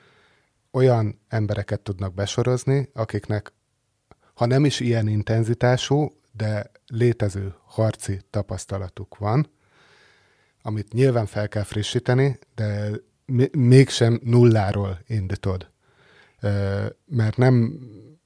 Olyan embereket tudnak besorozni, akiknek, ha nem is ilyen intenzitású, de létező harci tapasztalatuk van, amit nyilván fel kell frissíteni, de mégsem nulláról indítod. Mert nem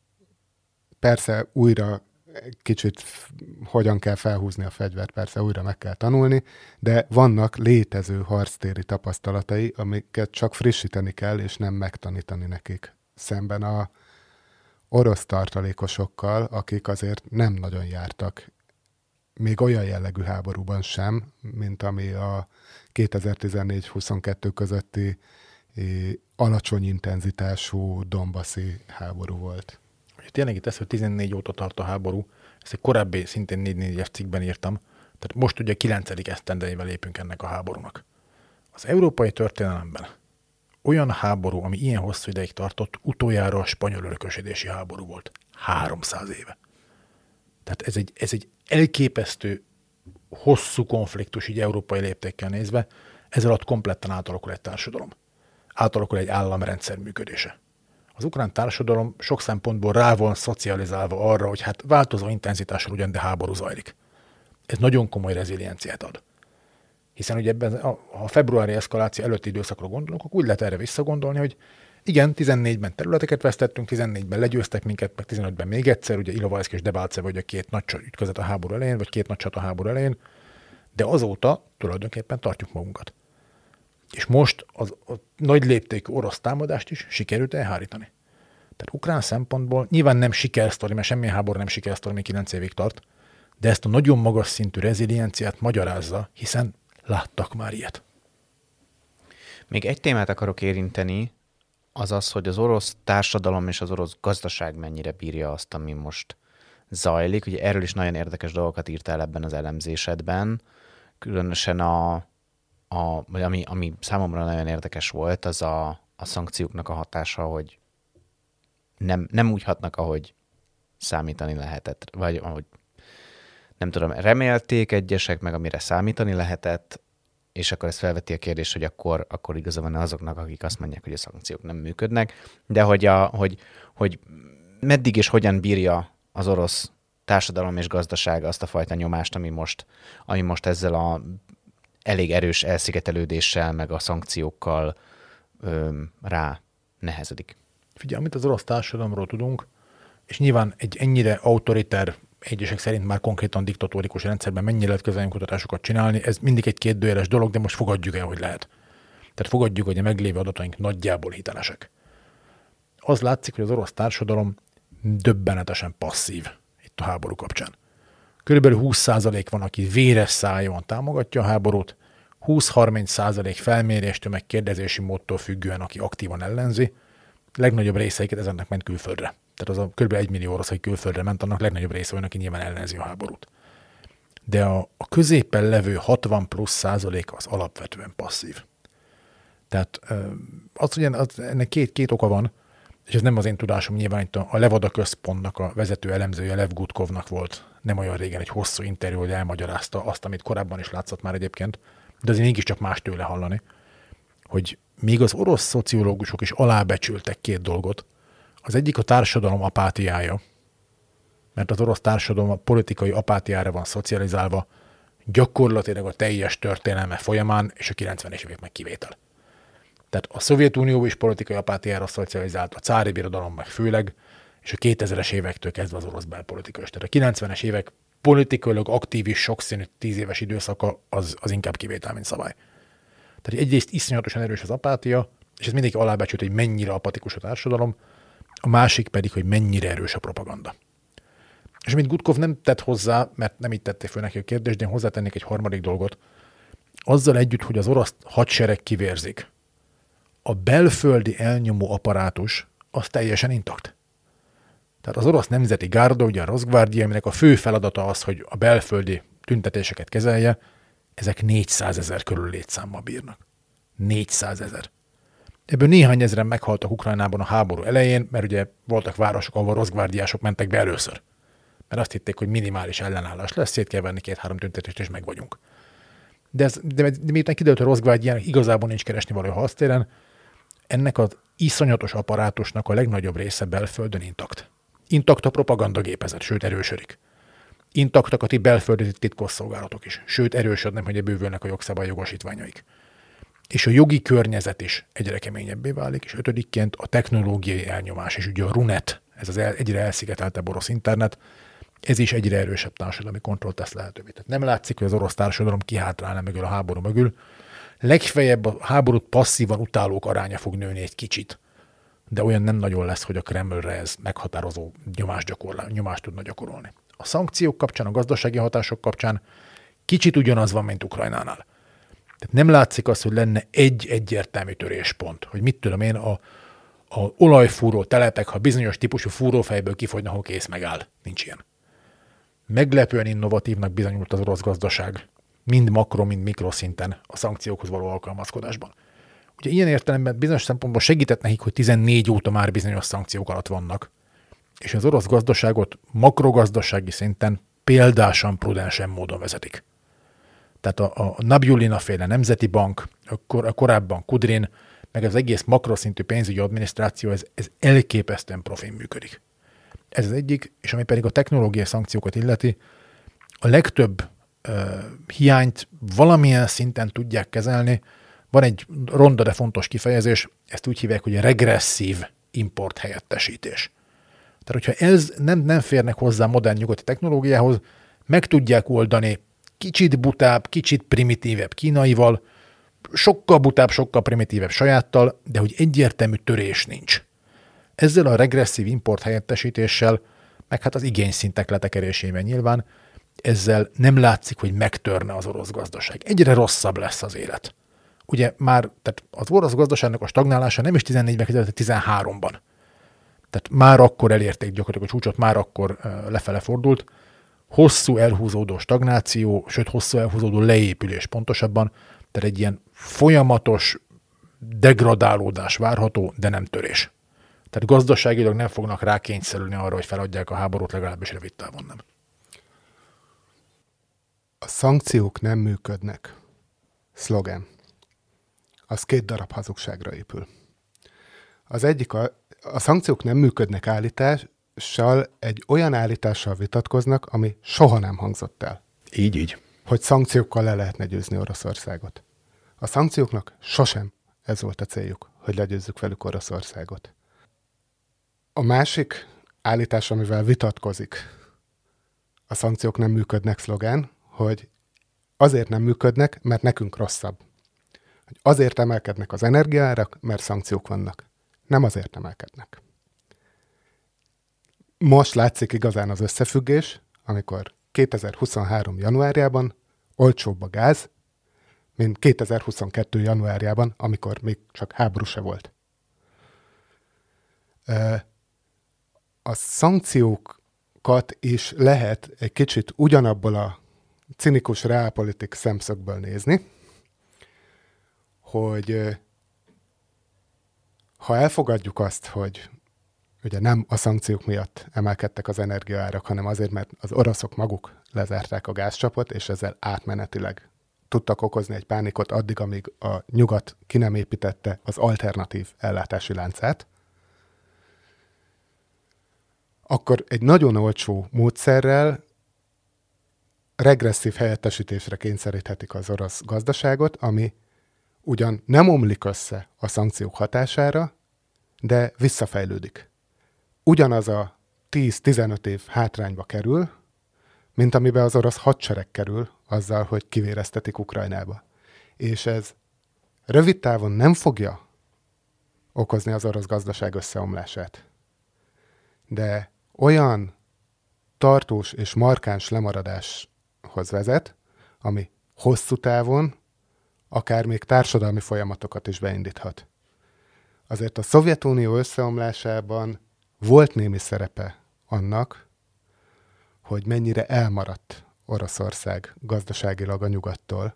persze újra kicsit hogyan kell felhúzni a fegyvert, persze újra meg kell tanulni, de vannak létező harctéri tapasztalatai, amiket csak frissíteni kell, és nem megtanítani nekik. Szemben a orosz tartalékosokkal, akik azért nem nagyon jártak még olyan jellegű háborúban sem, mint ami a kétezer-tizennégy huszonkettő közötti alacsony intenzitású donbaszi háború volt. Tényleg itt ez, hogy tizennégy óta tart a háború, ezt egy korábbi, szintén négy négyes cikkben írtam, tehát most ugye kilencedik esztendejével lépünk ennek a háborúnak. Az európai történelemben olyan háború, ami ilyen hosszú ideig tartott, utoljára a spanyol örökösödési háború volt. háromszáz éve. Tehát ez egy, ez egy elképesztő hosszú konfliktus, így európai léptékkel nézve, ez alatt kompletten átalakul egy társadalom. Átalakul egy államrendszer működése. Az ukrán társadalom sok szempontból rá van szocializálva arra, hogy hát változó intenzitással ugyan, de háború zajlik. Ez nagyon komoly rezilienciát ad. Hiszen ugye ebben, ha a februári eszkaláció előtti időszakra gondolunk, akkor úgy lehet erre visszagondolni, hogy igen, tizennégyben területeket vesztettünk, tizennégyben legyőztek minket, meg tizenötben még egyszer, ugye Ilovajszk és Debalceve, vagy a két nagy ütközet a háború elején, vagy két nagy csata a háború elején, de azóta tulajdonképpen tartjuk magunkat. És most az, a nagy léptékű orosz támadást is sikerült elhárítani. Tehát ukrán szempontból nyilván nem sikersztori, mert semmilyen háború nem sikersztori, még kilenc évig tart, de ezt a nagyon magas szintű rezilienciát magyarázza, hiszen láttak már ilyet. Még egy témát akarok érinteni, az az, hogy az orosz társadalom és az orosz gazdaság mennyire bírja azt, ami most zajlik. Ugye erről is nagyon érdekes dolgokat írtál ebben az elemzésedben, különösen a, a ami, ami számomra nagyon érdekes volt, az a, a szankcióknak a hatása, hogy nem, nem úgy hatnak, ahogy számítani lehetett, vagy ahogy nem tudom, remélték egyesek, meg amire számítani lehetett, és akkor ez felveti a kérdést, hogy akkor, akkor igaza van azoknak, akik azt mondják, hogy a szankciók nem működnek, de hogy, a, hogy, hogy meddig és hogyan bírja az orosz társadalom és gazdaság azt a fajta nyomást, ami most, ami most ezzel a elég erős elszigetelődéssel, meg a szankciókkal ö, rá nehezedik. Figyelj, amit az orosz társadalomról tudunk, és nyilván egy ennyire autoriter, egyesek szerint már konkrétan diktatórikus rendszerben mennyire lehet közvéleménykutatásokat csinálni, ez mindig egy kérdőjeles dolog, de most fogadjuk el, hogy lehet. Tehát fogadjuk, hogy a meglévő adataink nagyjából hitelesek. Az látszik, hogy az orosz társadalom döbbenetesen passzív itt a háború kapcsán. Körülbelül húsz százalék van, aki véres szájon támogatja a háborút, húsz-harminc százalék felméréstől meg kérdezési módtól függően, aki aktívan ellenzi, legnagyobb részeiket ezennek ment külföldre. Tehát az a kb. egy millió orosz, aki külföldre ment, annak legnagyobb része olyan, aki nyilván ellenzi a háborút. De a, a középen levő hatvan plusz százalék az alapvetően passzív. Tehát az, ugye, az, ennek két, két oka van, és ez nem az én tudásom, nyilván itt a, a Levada központnak a vezető elemzője Lev Gutkovnak volt nem olyan régen egy hosszú interjú, hogy elmagyarázta azt, amit korábban is látszott már egyébként, de azért mégiscsak más tőle hallani, hogy még az orosz szociológusok is alábecsültek két dolgot. Az egyik a társadalom apátiája, mert az orosz társadalom a politikai apátiára van szocializálva, gyakorlatilag a teljes történelme folyamán, és a kilencvenes évek meg kivétel. Tehát a Szovjetunió is politikai apátiára szocializált, a cári birodalom meg főleg, és a kétezres évektől kezdve az orosz belpolitika is. Tehát a kilencvenes évek politikailag aktív és sokszínű tíz éves időszaka az, az inkább kivétel, mint szabály. Tehát egyrészt iszonyatosan erős az apátia, és ez mindenki alábecsült, hogy mennyire apatikus a társadalom, a másik pedig, hogy mennyire erős a propaganda. És amit Gutkov nem tett hozzá, mert nem így tették föl neki a kérdést, de én hozzátennék egy harmadik dolgot. Azzal együtt, hogy az orosz hadsereg kivérzik, a belföldi elnyomó apparátus az teljesen intakt. Tehát az orosz nemzeti gárda, ugye a Rosgvárdia, aminek a fő feladata az, hogy a belföldi tüntetéseket kezelje, ezek négyszázezer körül létszámmal bírnak. négyszázezer. Ebből néhány ezeren meghaltak Ukrajnában a háború elején, mert ugye voltak városok, ahol Rosgvárdiások mentek be először. Mert azt hitték, hogy minimális ellenállás lesz, szét kell venni két-három tüntetést, és meg vagyunk. De, ez, de, de miután kiderült, hogy Rosgvárd ilyen igazából nincs keresni való harctéren, ennek az iszonyatos apparátusnak a legnagyobb része belföldön intakt. Intakt a propagandagépezet, sőt erősödik. Intaktak a ti belföldi titkosszolgálatok is, sőt erősödnek, hogy bővülnek a jogszabály jogosítványaik. És a jogi környezet is egyre keményebbé válik, és ötödikként a technológiai elnyomás, és ugye a runet, ez az el, egyre elszigeteltebb orosz internet, ez is egyre erősebb társadalmi kontrollt tesz lehetővé. Tehát nem látszik, hogy az orosz társadalom kihátrálna mögül a háború mögül. Legfeljebb a háborút passzívan utálók aránya fog nőni egy kicsit, de olyan nem nagyon lesz, hogy a Kremlre ez meghatározó nyomást, gyakorlá, nyomást tudna gyakorolni. A szankciók kapcsán, a gazdasági hatások kapcsán kicsit ugyanaz van, mint Ukrajnánál. Tehát nem látszik az, hogy lenne egy egyértelmű töréspont, hogy mit tudom én, a, a olajfúró telepek, ha bizonyos típusú fúrófejből kifogynak, ahol kész megáll. Nincs ilyen. Meglepően innovatívnak bizonyult az orosz gazdaság, mind makro, mind mikroszinten a szankciókhoz való alkalmazkodásban. Ugye ilyen értelemben bizonyos szempontból segített nekik, hogy tizennégy óta már bizonyos szankciók alatt vannak. És az orosz gazdaságot makrogazdasági szinten példásan, prudensen módon vezetik. Tehát a, a Nabiullina féle Nemzeti Bank, a, kor, a korábban Kudrin, meg az egész makroszintű pénzügyi adminisztráció, ez, ez elképesztően profin működik. Ez az egyik, és ami pedig a technológiai szankciókat illeti, a legtöbb uh, hiányt valamilyen szinten tudják kezelni. Van egy ronda, de fontos kifejezés, ezt úgy hívják, hogy regresszív import helyettesítés. Tehát, hogyha ez nem, nem férnek hozzá modern nyugati technológiához, meg tudják oldani kicsit butább, kicsit primitívebb kínaival, sokkal butább, sokkal primitívebb sajáttal, de hogy egyértelmű törés nincs. Ezzel a regresszív import helyettesítéssel, meg hát az igényszintek letekerésében nyilván, ezzel nem látszik, hogy megtörne az orosz gazdaság. Egyre rosszabb lesz az élet. Ugye már, tehát az orosz gazdaságnak a stagnálása nem is tizennégyben kezdődött, tizenháromban. Tehát már akkor elérték gyakorlatilag a csúcsot, már akkor uh, lefele fordult. Hosszú elhúzódó stagnáció, sőt hosszú elhúzódó leépülés pontosabban, tehát egy ilyen folyamatos degradálódás várható, de nem törés. Tehát gazdaságilag nem fognak rákényszerülni arra, hogy feladják a háborút, legalábbis rövid távon nem. A szankciók nem működnek. Szlogen. Az két darab hazugságra épül. Az egyik a, a szankciók nem működnek állítással, egy olyan állítással vitatkoznak, ami soha nem hangzott el. Így, így. Hogy szankciókkal le lehetne győzni Oroszországot. A szankcióknak sosem ez volt a céljuk, hogy legyőzzük velük Oroszországot. A másik állítás, amivel vitatkozik a szankciók nem működnek szlogán, hogy azért nem működnek, mert nekünk rosszabb. Hogy azért emelkednek az energiaárak, mert szankciók vannak. Nem azért emelkednek. Most látszik igazán az összefüggés, amikor kétezer-huszonhárom januárjában olcsóbb a gáz, mint kétezer-huszonkettő januárjában, amikor még csak háború se volt. A szankciókat is lehet egy kicsit ugyanabból a cinikus reálpolitik szemszögből nézni, hogy ha elfogadjuk azt, hogy ugye nem a szankciók miatt emelkedtek az energiaárak, hanem azért, mert az oroszok maguk lezárták a gázcsapot, és ezzel átmenetileg tudtak okozni egy pánikot addig, amíg a nyugat ki nem építette az alternatív ellátási láncát, akkor egy nagyon olcsó módszerrel regresszív helyettesítésre kényszeríthetik az orosz gazdaságot, ami ugyan nem omlik össze a szankciók hatására, de visszafejlődik. Ugyanaz a tíz-tizenöt év hátrányba kerül, mint amiben az orosz hadsereg kerül azzal, hogy kivéreztetik Ukrajnába. És ez rövid távon nem fogja okozni az orosz gazdaság összeomlását. De olyan tartós és markáns lemaradáshoz vezet, ami hosszú távon akár még társadalmi folyamatokat is beindíthat. Azért a Szovjetunió összeomlásában volt némi szerepe annak, hogy mennyire elmaradt Oroszország gazdaságilag a nyugattól,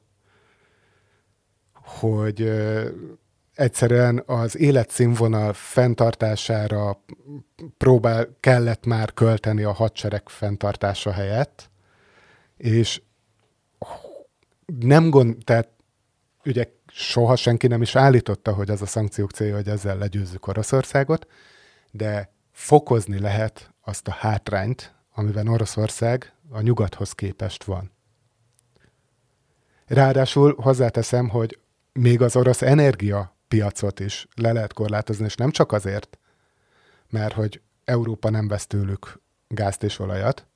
hogy ö, egyszerűen az életszínvonal fenntartására próbál, kellett már költeni a hadsereg fenntartása helyett, és nem gond, tehát ugye soha senki nem is állította, hogy az a szankciók célja, hogy ezzel legyőzzük Oroszországot, de fokozni lehet azt a hátrányt, amiben Oroszország a nyugathoz képest van. Ráadásul hozzáteszem, hogy még az orosz energiapiacot is le lehet korlátozni, és nem csak azért, mert hogy Európa nem vesz tőlük gázt és olajat,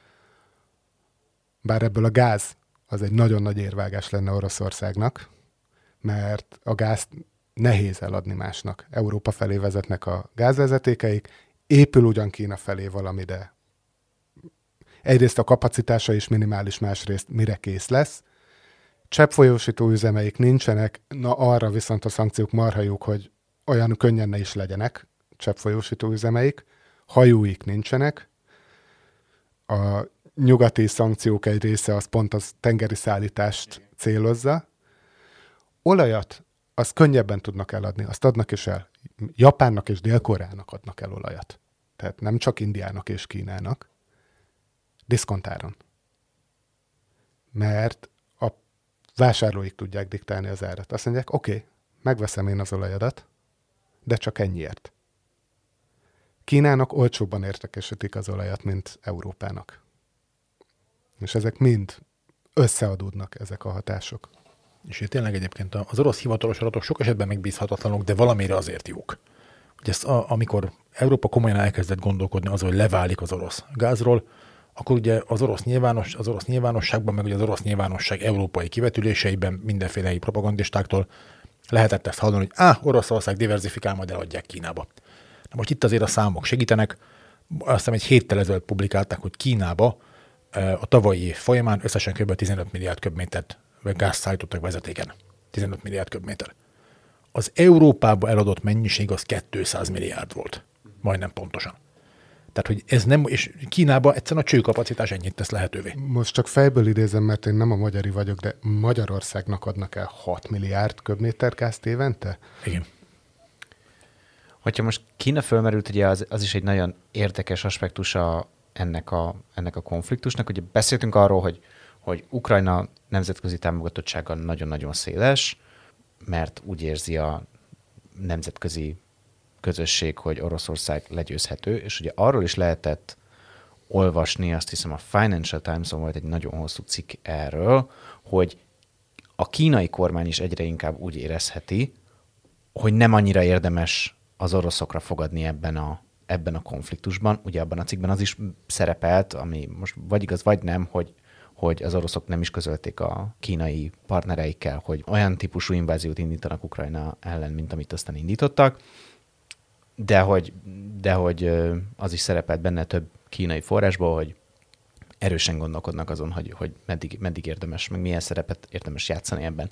bár ebből a gáz az egy nagyon nagy érvágás lenne Oroszországnak, mert a gázt nehéz eladni másnak. Európa felé vezetnek a gázvezetékeik, épül ugyan Kína felé valami, de egyrészt a kapacitása is minimális, másrészt mire kész lesz. Cseppfolyósító üzemeik nincsenek, na arra viszont a szankciók marha jók, hogy olyan könnyen ne is legyenek cseppfolyósító üzemeik, hajóik nincsenek, a nyugati szankciók egy része az pont az tengeri szállítást célozza. Olajat azt könnyebben tudnak eladni, azt adnak is el. Japánnak és Dél-Koreának adnak el olajat. Tehát nem csak Indiának és Kínának. Diszkontáron. Mert a vásárlóik tudják diktálni az árat. Azt mondják, oké, okay, megveszem én az olajadat, de csak ennyiért. Kínának olcsóbban értékesítik az olajat, mint Európának. És ezek mind összeadódnak, ezek a hatások. És tényleg egyébként az orosz hivatalos adatok sok esetben megbízhatatlanok, de valamire azért jók. Ugye ezt, a, amikor Európa komolyan elkezdett gondolkodni azon, hogy leválik az orosz gázról, akkor ugye az orosz, nyilvános, az orosz nyilvánosságban, meg ugye az orosz nyilvánosság európai kivetüléseiben mindenféle helyi propagandistáktól lehetett ezt hallani, hogy á, Oroszország diverzifikál, majd eladják Kínába. Na most itt azért a számok segítenek. Azt hiszem egy héttel ezelőtt publikálták, hogy Kínába a tavalyi év folyamán összesen kb. tizenöt milliárd köbmétert gázt szállítottak vezetéken. tizenöt milliárd köbméter. Az Európába eladott mennyiség az kétszáz milliárd volt. Majdnem pontosan. Tehát, hogy ez nem, és Kínában egyszerűen a csőkapacitás ennyit tesz lehetővé. Most csak fejből idézem, mert én nem a magyari vagyok, de Magyarországnak adnak el hat milliárd köbméter gázt évente? Igen. Hogyha most Kína fölmerült, ugye az, az is egy nagyon érdekes aspektusa ennek a, ennek a konfliktusnak. Ugye beszéltünk arról, hogy, hogy Ukrajna nemzetközi támogatottsága nagyon-nagyon széles, mert úgy érzi a nemzetközi közösség, hogy Oroszország legyőzhető, és ugye arról is lehetett olvasni, azt hiszem a Financial Times-on volt egy nagyon hosszú cikk erről, hogy a kínai kormány is egyre inkább úgy érezheti, hogy nem annyira érdemes az oroszokra fogadni ebben a, ebben a konfliktusban. Ugye abban a cikkben az is szerepelt, ami most vagy igaz, vagy nem, hogy, hogy az oroszok nem is közölték a kínai partnereikkel, hogy olyan típusú inváziót indítanak Ukrajna ellen, mint amit aztán indítottak, de hogy, de hogy az is szerepelt benne több kínai forrásból, hogy erősen gondolkodnak azon, hogy, hogy meddig, meddig érdemes, meg milyen szerepet érdemes játszani ebben.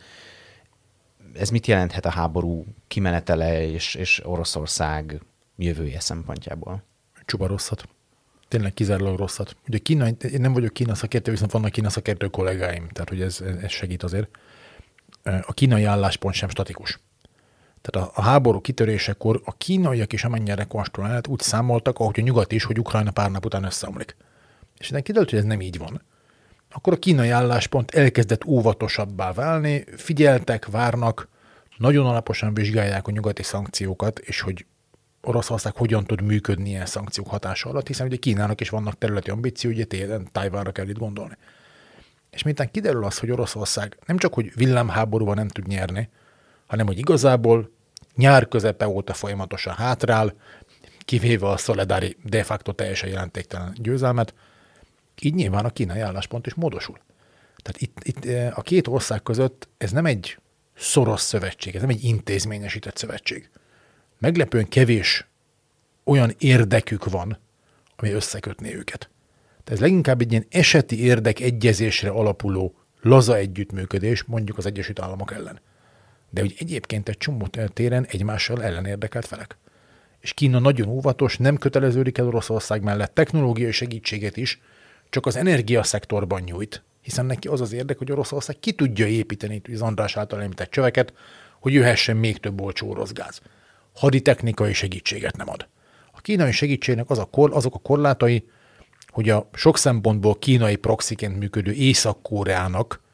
Ez mit jelenthet a háború kimenetele és, és Oroszország jövője szempontjából? Csupa rosszat. Tényleg kizárólag rosszat. Ugye Kína, én nem vagyok Kína szakértő, viszont vannak Kína szakértő kollégáim, tehát hogy ez, ez segít azért. A kínai álláspont sem statikus. Tehát a, a háború kitörésekor a kínaiak is amennyire rekonstruált úgy számoltak, ahogy a nyugat is, hogy Ukrajna pár nap után összeomlik. És ennek kiderült, hogy ez nem így van. Akkor a kínai álláspont elkezdett óvatosabbá válni, figyeltek, várnak, nagyon alaposan vizsgálják a nyugati szankciókat, és hogy Oroszország hogyan tud működni ilyen szankciók hatása alatt, hiszen ugye Kínának is vannak területi ambíciói, ugye télen Tajvánra kell itt gondolni. És miután kiderül az, hogy Oroszország nem csak, hogy villámháborúban nem tud nyerni, hanem hogy igazából nyár közepe óta folyamatosan hátrál, kivéve a Soledari de facto teljesen jelentéktelen győzelmet, így nyilván a kínai álláspont is módosul. Tehát itt, itt a két ország között ez nem egy szoros szövetség, ez nem egy intézményesített szövetség. Meglepően kevés olyan érdekük van, ami összekötné őket. Tehát ez leginkább egy ilyen eseti érdekegyezésre alapuló laza együttműködés, mondjuk az Egyesült Államok ellen. De hogy egyébként egy csomó téren egymással ellenérdekelt felek. És Kína nagyon óvatos, nem köteleződik el Oroszország mellett, technológiai segítséget is, csak az energiaszektorban nyújt, hiszen neki az az érdek, hogy Oroszország ki tudja építeni az András által említett csöveket, hogy jöhessen még több olcsó orosz gáz. Haditechnikai segítséget nem ad. A kínai segítségnek az a kor, azok a korlátai, hogy a sok szempontból kínai proxiként működő Észak-Koreának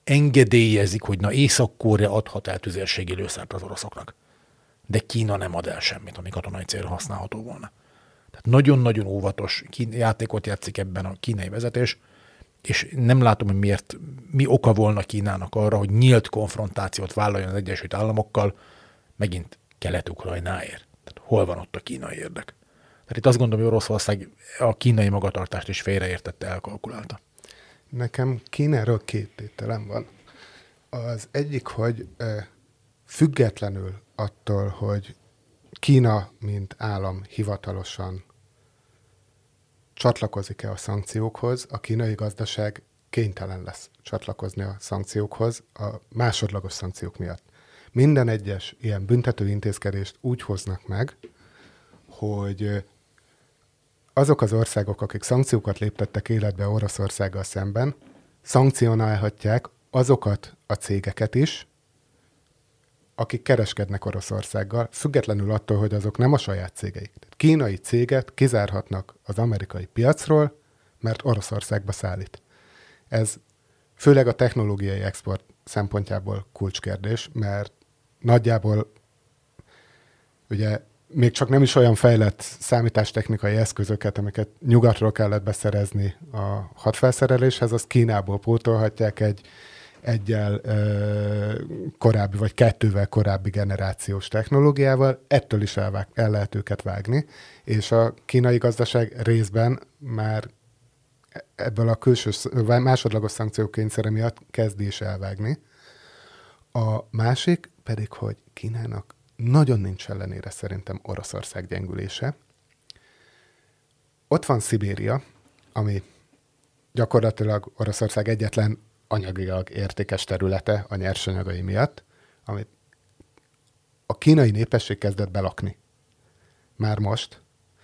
engedélyezik, hogy na Észak-Korea adhat el tüzérségi lőszert az oroszoknak. De Kína nem ad el semmit, ami katonai célra használható volna. Tehát nagyon-nagyon óvatos játékot játszik ebben a kínai vezetés, és nem látom, hogy miért, mi oka volna Kínának arra, hogy nyílt konfrontációt vállaljon az Egyesült Államokkal, megint Kelet-Ukrajnáért. Tehát hol van ott a kínai érdek? Tehát itt azt gondolom, hogy Oroszország a kínai magatartást is félreértette, elkalkulálta. Nekem Kínáról két tételem van. Az egyik, hogy eh, függetlenül attól, hogy Kína, mint állam hivatalosan csatlakozik-e a szankciókhoz, a kínai gazdaság kénytelen lesz csatlakozni a szankciókhoz a másodlagos szankciók miatt. Minden egyes ilyen büntető intézkedést úgy hoznak meg, hogy azok az országok, akik szankciókat léptettek életbe Oroszországgal szemben, szankcionálhatják azokat a cégeket is, akik kereskednek Oroszországgal, függetlenül attól, hogy azok nem a saját cégeik. Tehát kínai céget kizárhatnak az amerikai piacról, mert Oroszországba szállít. Ez főleg a technológiai export szempontjából kulcskérdés, mert nagyjából ugye még csak nem is olyan fejlett számítástechnikai eszközöket, amiket nyugatról kellett beszerezni a hadfelszereléshez, azt Kínából pótolhatják egy egyel ö, korábbi, vagy kettővel korábbi generációs technológiával, ettől is elvág, el lehet őket vágni, és a kínai gazdaság részben már ebből a külső, másodlagos szankciók kényszere miatt kezdi is elvágni. A másik pedig, hogy Kínának nagyon nincs ellenére szerintem Oroszország gyengülése. Ott van Szibéria, ami gyakorlatilag Oroszország egyetlen anyagilag értékes területe a nyersanyagai miatt, amit a kínai népesség kezdett belakni. Már most.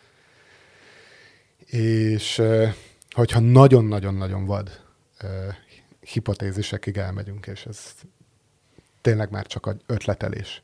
És hogyha nagyon-nagyon-nagyon vad hipotézisekig elmegyünk, és ez tényleg már csak egy ötletelés.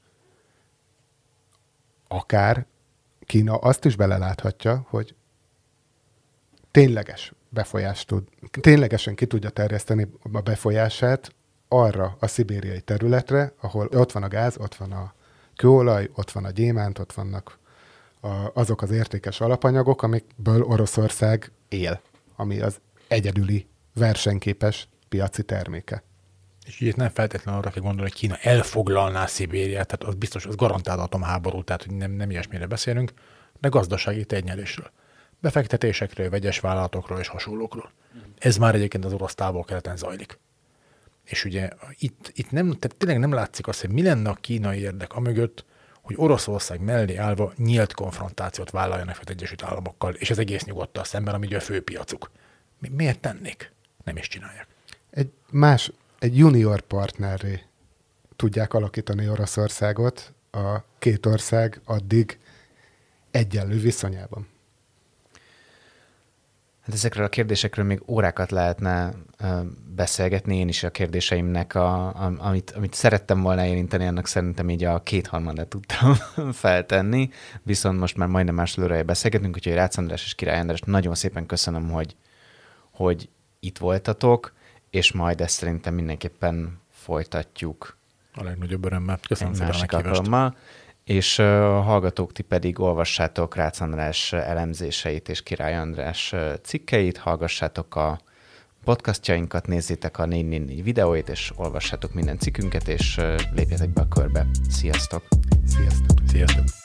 Akár Kína azt is beleláthatja, hogy tényleges befolyást tud, ténylegesen ki tudja terjeszteni a befolyását arra a szibériai területre, ahol ott van a gáz, ott van a kőolaj, ott van a gyémánt, ott vannak a, azok az értékes alapanyagok, amikből Oroszország él, ami az egyedüli versenyképes piaci terméke. És így nem feltétlenül arra kell gondolni, hogy Kína elfoglalná Szibériát, tehát az biztos, az garantált atomháború, tehát hogy nem, nem ilyesmire beszélünk, de gazdasági térnyerésről. Befektetésekről, vegyes vállalatokról és hasonlókról. Ez már egyébként az orosz távol-keleten zajlik. És ugye itt, itt nem, tehát tényleg nem látszik az, hogy mi lenne a kínai érdek amögött, hogy Oroszország mellé állva nyílt konfrontációt vállaljanak az Egyesült Államokkal, és az egész nyugodttal szemben, ami ugye a főpiacuk. Mi, miért tennék? Nem is csinálják. Egy más, egy junior partnerré tudják alakítani Oroszországot a két ország addig egyenlő viszonyában. Hát ezekről a kérdésekről még órákat lehetne uh, beszélgetni. Én is a kérdéseimnek, a, a, amit, amit szerettem volna érinteni, annak szerintem így a kétharmadát tudtam feltenni, viszont most már majdnem másfél órája beszélgetünk, úgyhogy Rácz András és Király András, nagyon szépen köszönöm, hogy, hogy itt voltatok, és majd ezt szerintem mindenképpen folytatjuk. A legnagyobb örömmel. Köszönöm szépen a meghívást. És uh, hallgatók, ti pedig olvassátok Rácz András elemzéseit és Király András cikkeit, hallgassátok a podcastjainkat, nézzétek a négy négy négy videóit, és olvassátok minden cikkünket, és uh, lépjetek be a körbe. Sziasztok! Sziasztok! Sziasztok!